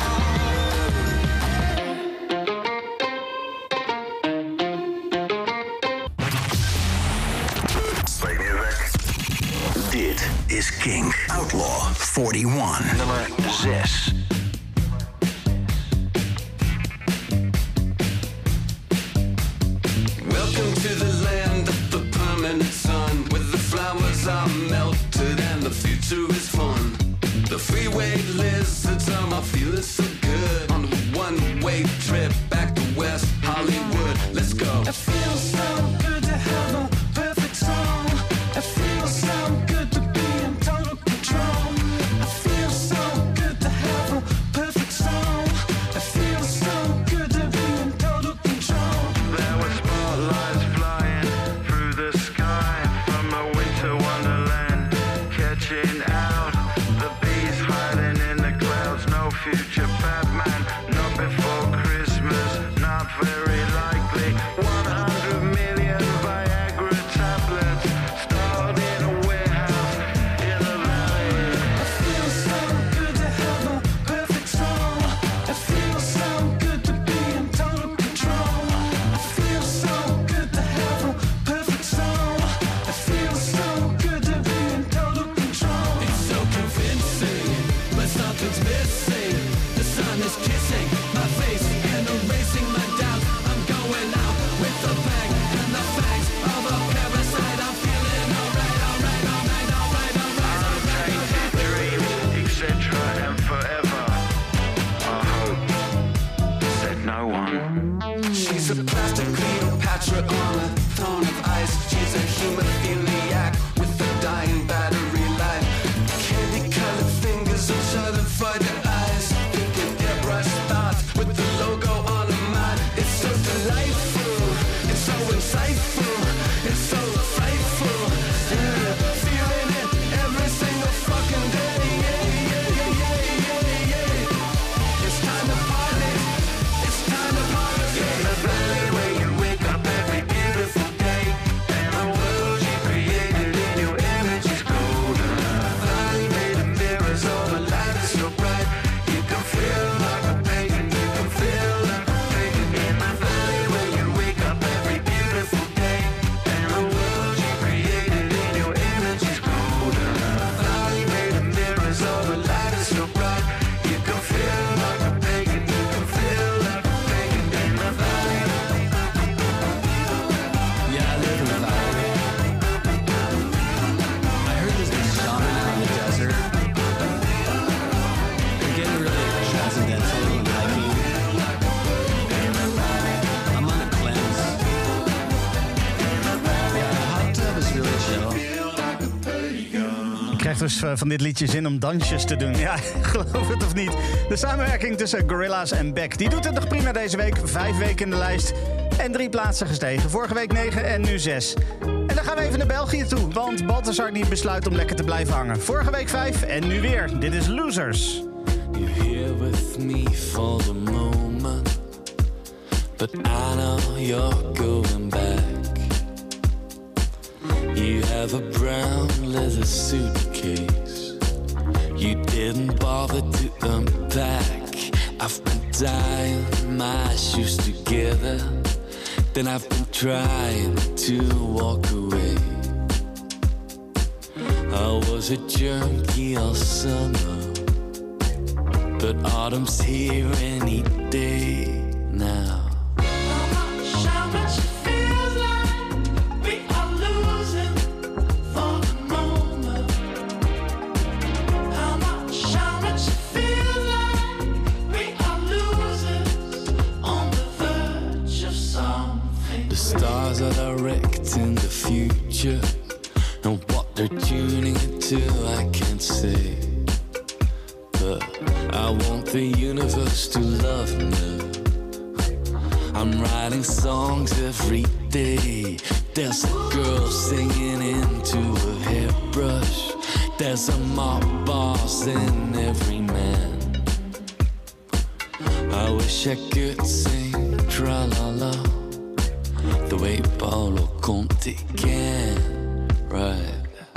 Dit is Kink Outlaw 41. Nummer 6. Welcome to the land of the permanent sun, where the flowers are melted and the future is fun. The freeway lizards are feeling so good on a one-way trip back to West Hollywood. Let's go. It feels so good to have a perfect song. It feels so good to be in total control. It feels so good to have a perfect song. It feels so good to be in total control. There were spotlights flying through the sky from a winter wonderland, catching out the bees hiding in the clouds. No future Batman, not before Christmas, not very likely. 100 million Viagra tablets stored in a warehouse in the valley. It feels so good to have a perfect song. It feels so good to be in total control. It feels so good to have a perfect song. It feels so good to be in total control. It's so convincing, but something's missing. The sun is kissing my face and erasing my doubts. I'm going out with the bang and the fangs of a parasite. I'm feeling alright, alright, alright, alright, alright, alright. Dream, etc. and forever. I hope, said no one. She's a plastic Cleopatra on a throne of ice. She's a hemophiliac with a dying battery life. Candy-colored fingers on shuttered eyes. Thinking airbrush thoughts with the logo on her mind. It's so delightful. It's so insightful. It's so frightful. Yeah, feeling it every single fucking day. Yeah, yeah, yeah, yeah, yeah, yeah. It's time to party. It's time to party. In the valley where you wake up every beautiful day, and the world you created in your image is golden. Valley made of mirrors, all the light is so bright. You can feel like a pagan, you can feel like a pagan. In the valley where you wake up every beautiful day, and the world you created in your image is golden. Valley made of mirrors, all the light is so bright. You can feel like a pagan, you can feel like a pagan. In the valley. Yeah, I live in the valley. I heard there's this shaman out in the desert. They're getting really transcendental and hiking. I'm on a cleanse. Yeah, the hot tub is really chill. Ik krijg dus van dit liedje zin om dansjes te doen. Ja, geloof het of niet. De samenwerking tussen Gorillaz en Beck, die doet het nog prima deze week. 5 weken in de lijst en 3 plaatsen gestegen. Vorige week 9 en nu 6. En dan gaan we even naar België toe, want Balthazar die besluit om lekker te blijven hangen. Vorige week 5 en nu weer. Dit is Losers. You're here with me for the moment, but I know you're going back. You have a brown leather suitcase you didn't bother to unpack. I've been tying my shoes together, then I've been trying to walk away. I was a junkie all summer, but autumn's here any day now. How much I want the universe to love me. I'm writing songs every day. There's a girl singing into a hairbrush. There's a mob boss in every man. I wish I could sing tra-la-la the way Paolo Conte can, right?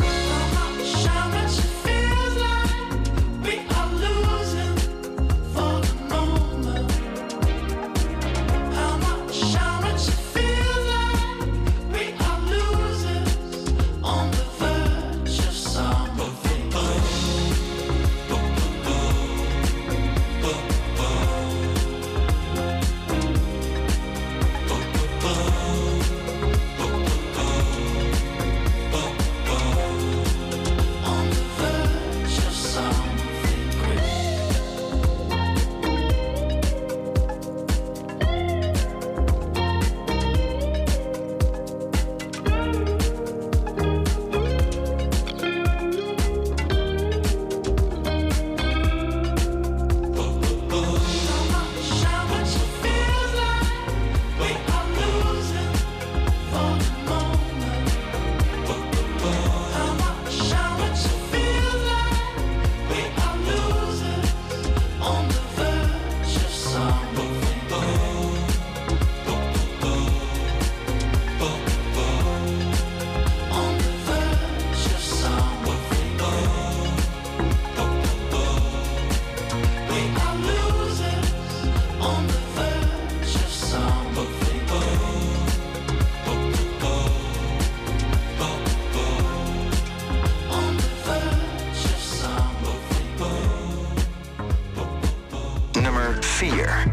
Nummer 4.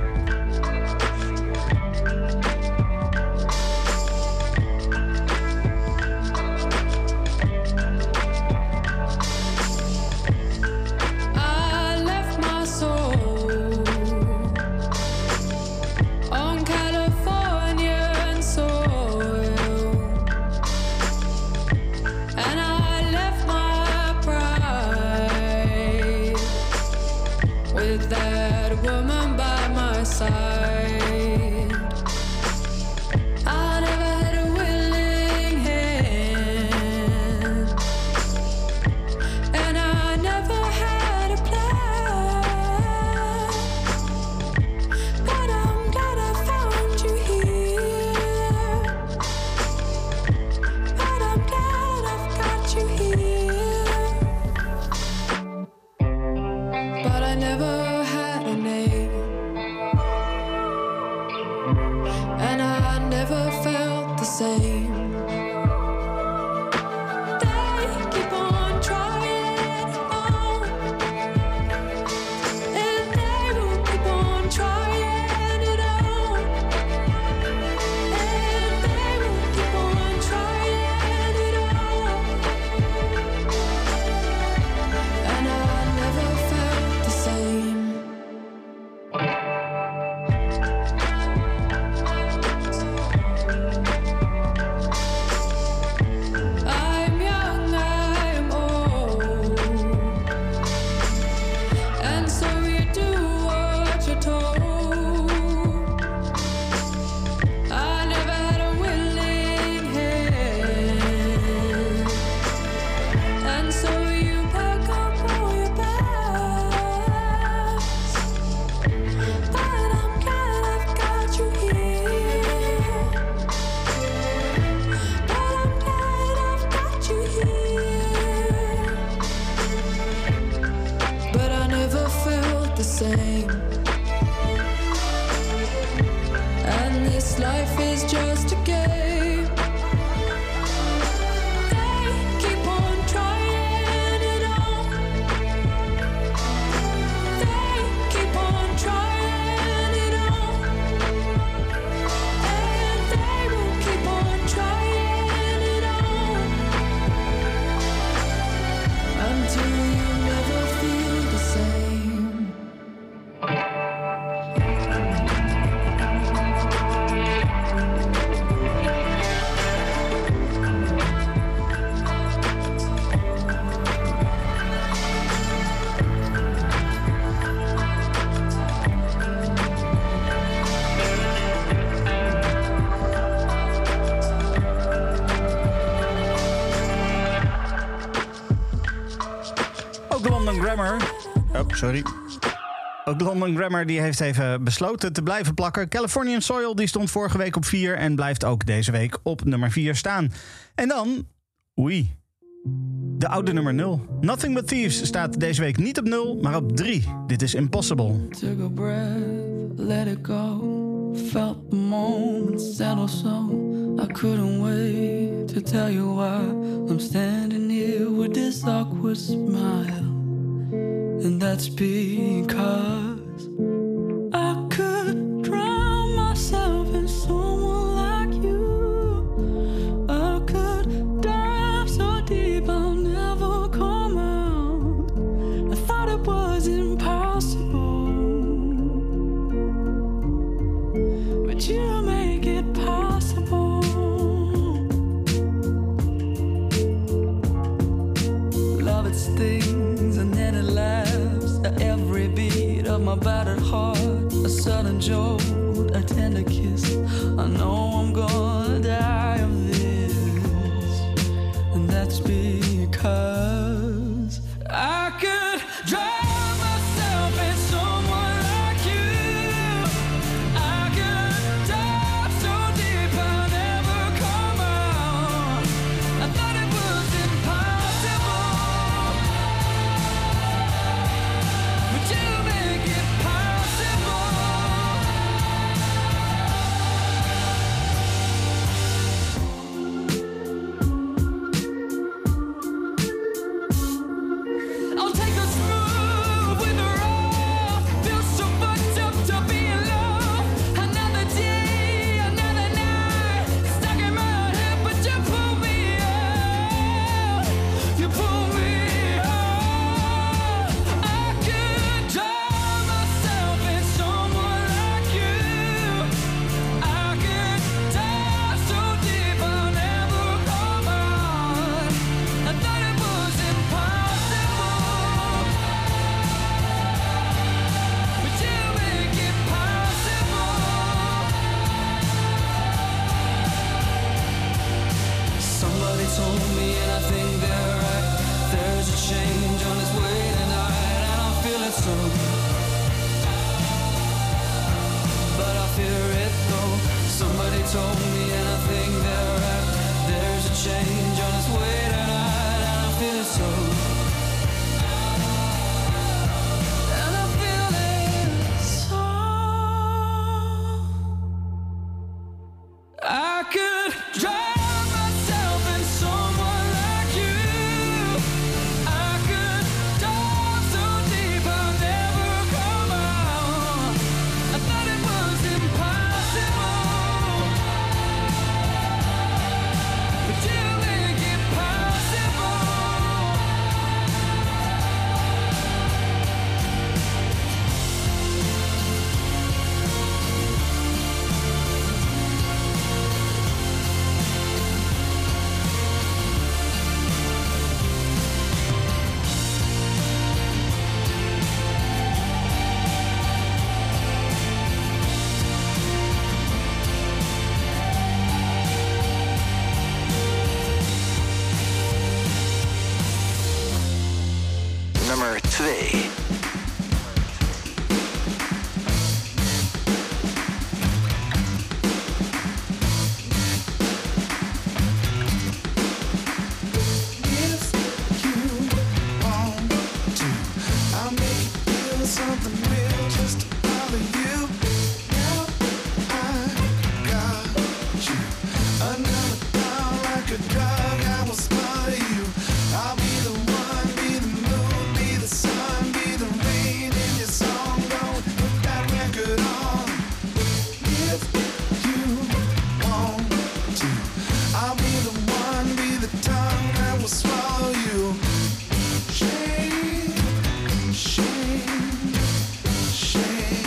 I left my soul on Californian soil, and I left my pride with that woman by my side. I never had a willing hand, and I never had a plan. But I'm glad I found you here. But I'm glad I've got you here. But I never had a name, and I never felt the same. They keep on trying on, and they will keep on trying it on, and they will keep on trying it on, and I never felt the same. I'm young, I'm old, and so you do what you're told. I never had a willing hand, and so you pack up all your bags. But I'm glad I've got you here. But I'm glad I've got you here. But I never felt the same. And this life is just a game. They keep on trying it on. They keep on trying it on. And they will keep on trying it on until you never feel the same. Grammar... Oh, sorry. Ook London Grammar die heeft even besloten te blijven plakken. Californian Soil die stond vorige week op 4 en blijft ook deze week op nummer 4 staan. En dan... Oei. De oude nummer 0. Nothing But Thieves staat deze week niet op 0, maar op 3. Dit is Impossible. Took a breath, let it go. Felt the moment settle so. I couldn't wait to tell you why I'm standing here with this awkward smile. And that's because I could drown myself in someone like you. I could dive so deep I'll never come out. I thought it was impossible, but you make it possible. Love it stings and then it laughs at every beat of my battered heart. A sudden jolt, a tender kiss. I know I'm gonna die of this, and that's because I could drown myself in someone like you. I could dive so deep I'll never come out. I thought it was impossible, but you make it possible. I'll take a smooth with a raw. Feel so fucked up to be in love. Another day, another night. Stuck in my head, but you pull me out. You pull me out. I could drown myself in someone like you. I could dive so deep I'll never come out. I thought it was impossible, but you make it possible. Somebody told me, and I think they're right. There's a change on its way tonight, and I feel it so. But I fear it though. Somebody told me, and I think they're right. There's a change on its way tonight, and I feel it so. And I feel it so. I could drown myself in someone like you. I could dive so deep I'll never come out. I thought it was impossible, but you make it possible. Nummer 2. If you want to, I'll make you feel something real just to bother you. Now I got you. Another down like a drug, I will smother you. I'll be the one, be the moon, be the sun, be the rain in your song. Don't put that record on. If you want to, I'll be the one, be the tongue that will swallow you. Shame, shame, shame.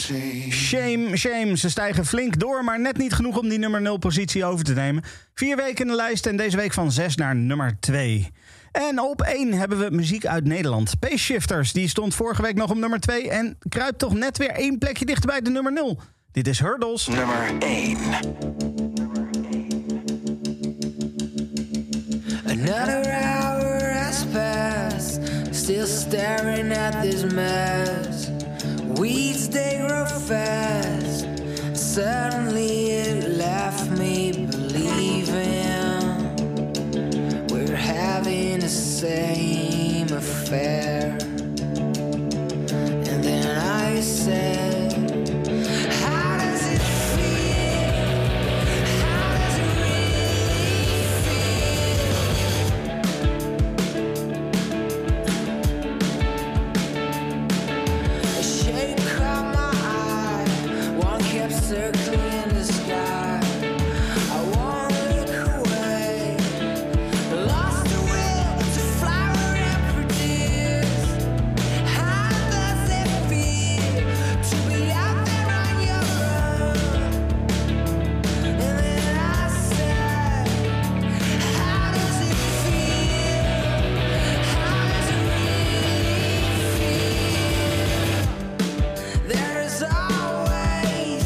Shame, shame. Ze stijgen flink door, maar net niet genoeg om die nummer 0 positie over te nemen. 4 weken in de lijst en deze week van 6 naar nummer 2. En op 1 hebben we muziek uit Nederland. Pace Shifters, die stond vorige week nog op nummer 2... en kruipt toch net weer 1 plekje dichter bij de nummer 0. Dit is Hurdles. Nummer 1. Another hour has passed, still staring at this mess. Weeds, they grow fast. Suddenly it left me believing we're having the same affair. And then I said, how does it feel? How does it really feel? A shade caught my eye, one kept circling the sky. I won't look away, lost the will to flower and produce. How does it feel to be out there on your own? And then I said, how does it feel? How does it really feel? There is always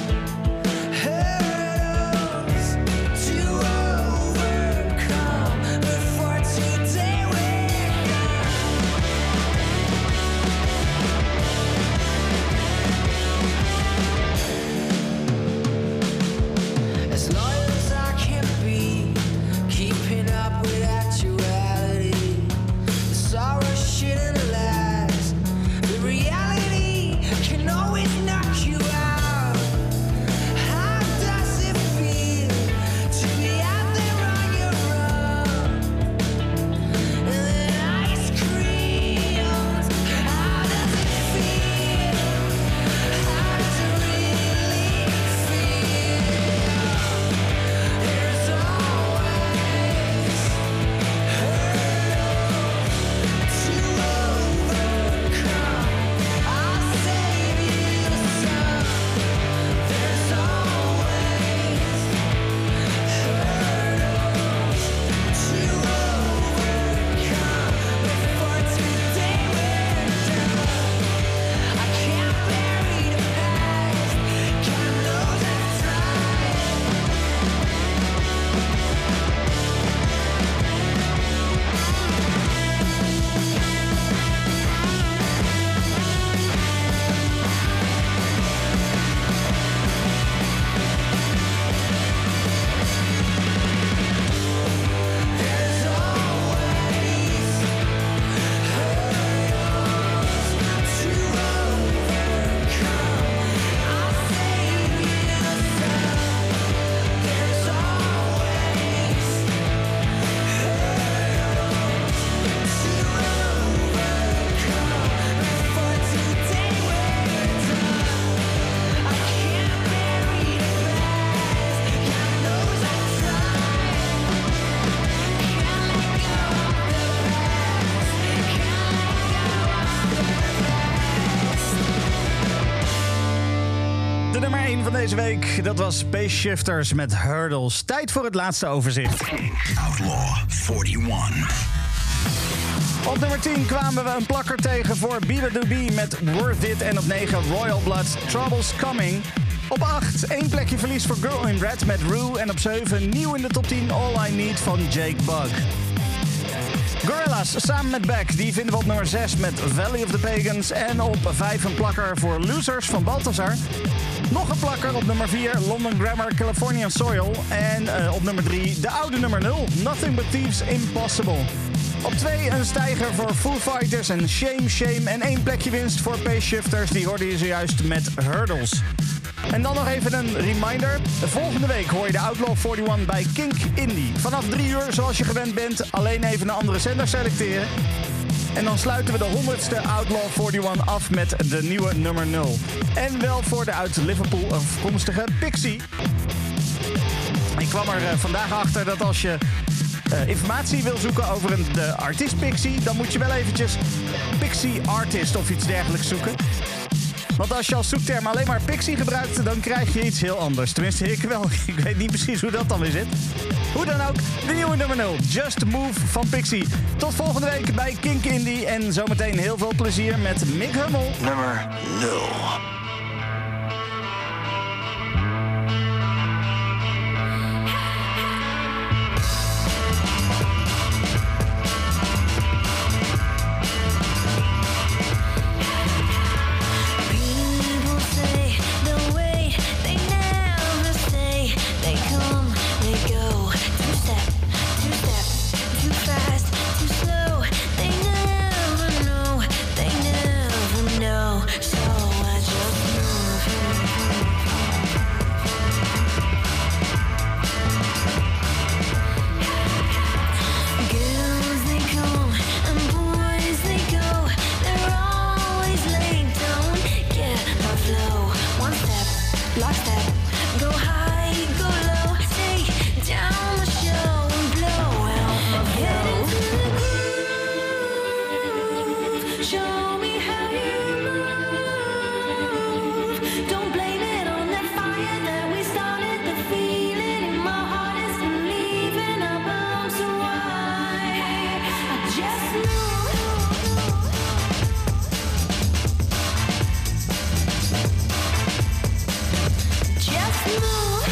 hurdles to overcome before today we're done. As loyal as I can be, keeping up with actuality. The sorrow shouldn't last. The reality can always knock you out. How does it feel to be out there on your own? And then ice creams. How does it feel? How does it really feel? There's always hurdles to overcome. I'll save you some. There's always hurdles to overcome before today we're done. I can't bury the past. God knows I've tried. There's always hurdles to overcome. I'll save you some. There's always hurdles to overcome before today we're done. I can't bury the past. God knows I've tried. Can't let go of the past. Can't let go of the De nummer 1 van deze week, dat was Pace Shifters met Hurdles. Tijd voor het laatste overzicht. Outlaw 41. Op nummer 10 kwamen we een plakker tegen voor B2B met Worth It. En op 9 Royal Blood, Trouble's Coming. Op 8 één plekje verlies voor Girl in Red met Rue. En op 7 nieuw in de top 10 All I Need van Jake Bugg. Gorillaz samen met Beck, die vinden we op nummer 6 met Valley of the Pagans. En op 5 een plakker voor Losers van Balthazar. Nog een plakker op nummer 4, London Grammar, Californian Soil. En op nummer 3, de oude nummer 0, Nothing But Thieves, Impossible. Op 2 een stijger voor Foo Fighters en Shame Shame. En 1 plekje winst voor Pace Shifters, die hoorde je zojuist met Hurdles. En dan nog even een reminder. Volgende week hoor je de Outlaw 41 bij Kink Indie. Vanaf 3 uur, zoals je gewend bent, alleen even een andere zender selecteren. En dan sluiten we de 100ste Outlaw 41 af met de nieuwe nummer 0. En wel voor de uit Liverpool afkomstige Pixie. Ik kwam er vandaag achter dat als je informatie wil zoeken over de artiest Pixie, dan moet je wel eventjes Pixie Artist of iets dergelijks zoeken. Want als je als zoekterm alleen maar Pixie gebruikt, dan krijg je iets heel anders. Tenminste, ik wel. Ik weet niet precies hoe dat dan weer zit. Hoe dan ook, de nieuwe nummer 0. Just Move van Pixie. Tot volgende week bij Kink Indie. En zometeen heel veel plezier met Mick Hummel. Nummer 0. People say the way they never say they come, they go. Two step, too fast, too slow. They never know, they never know. So I just girls they come and boys they go. They're always late, don't get my flow. One step, lockstep, go high, go low, stay down the show and blow out my head into the groove. Show me how you move. Don't blame it on that fire that we started. The feeling in my heart is believing I belong, so I just move. Just move.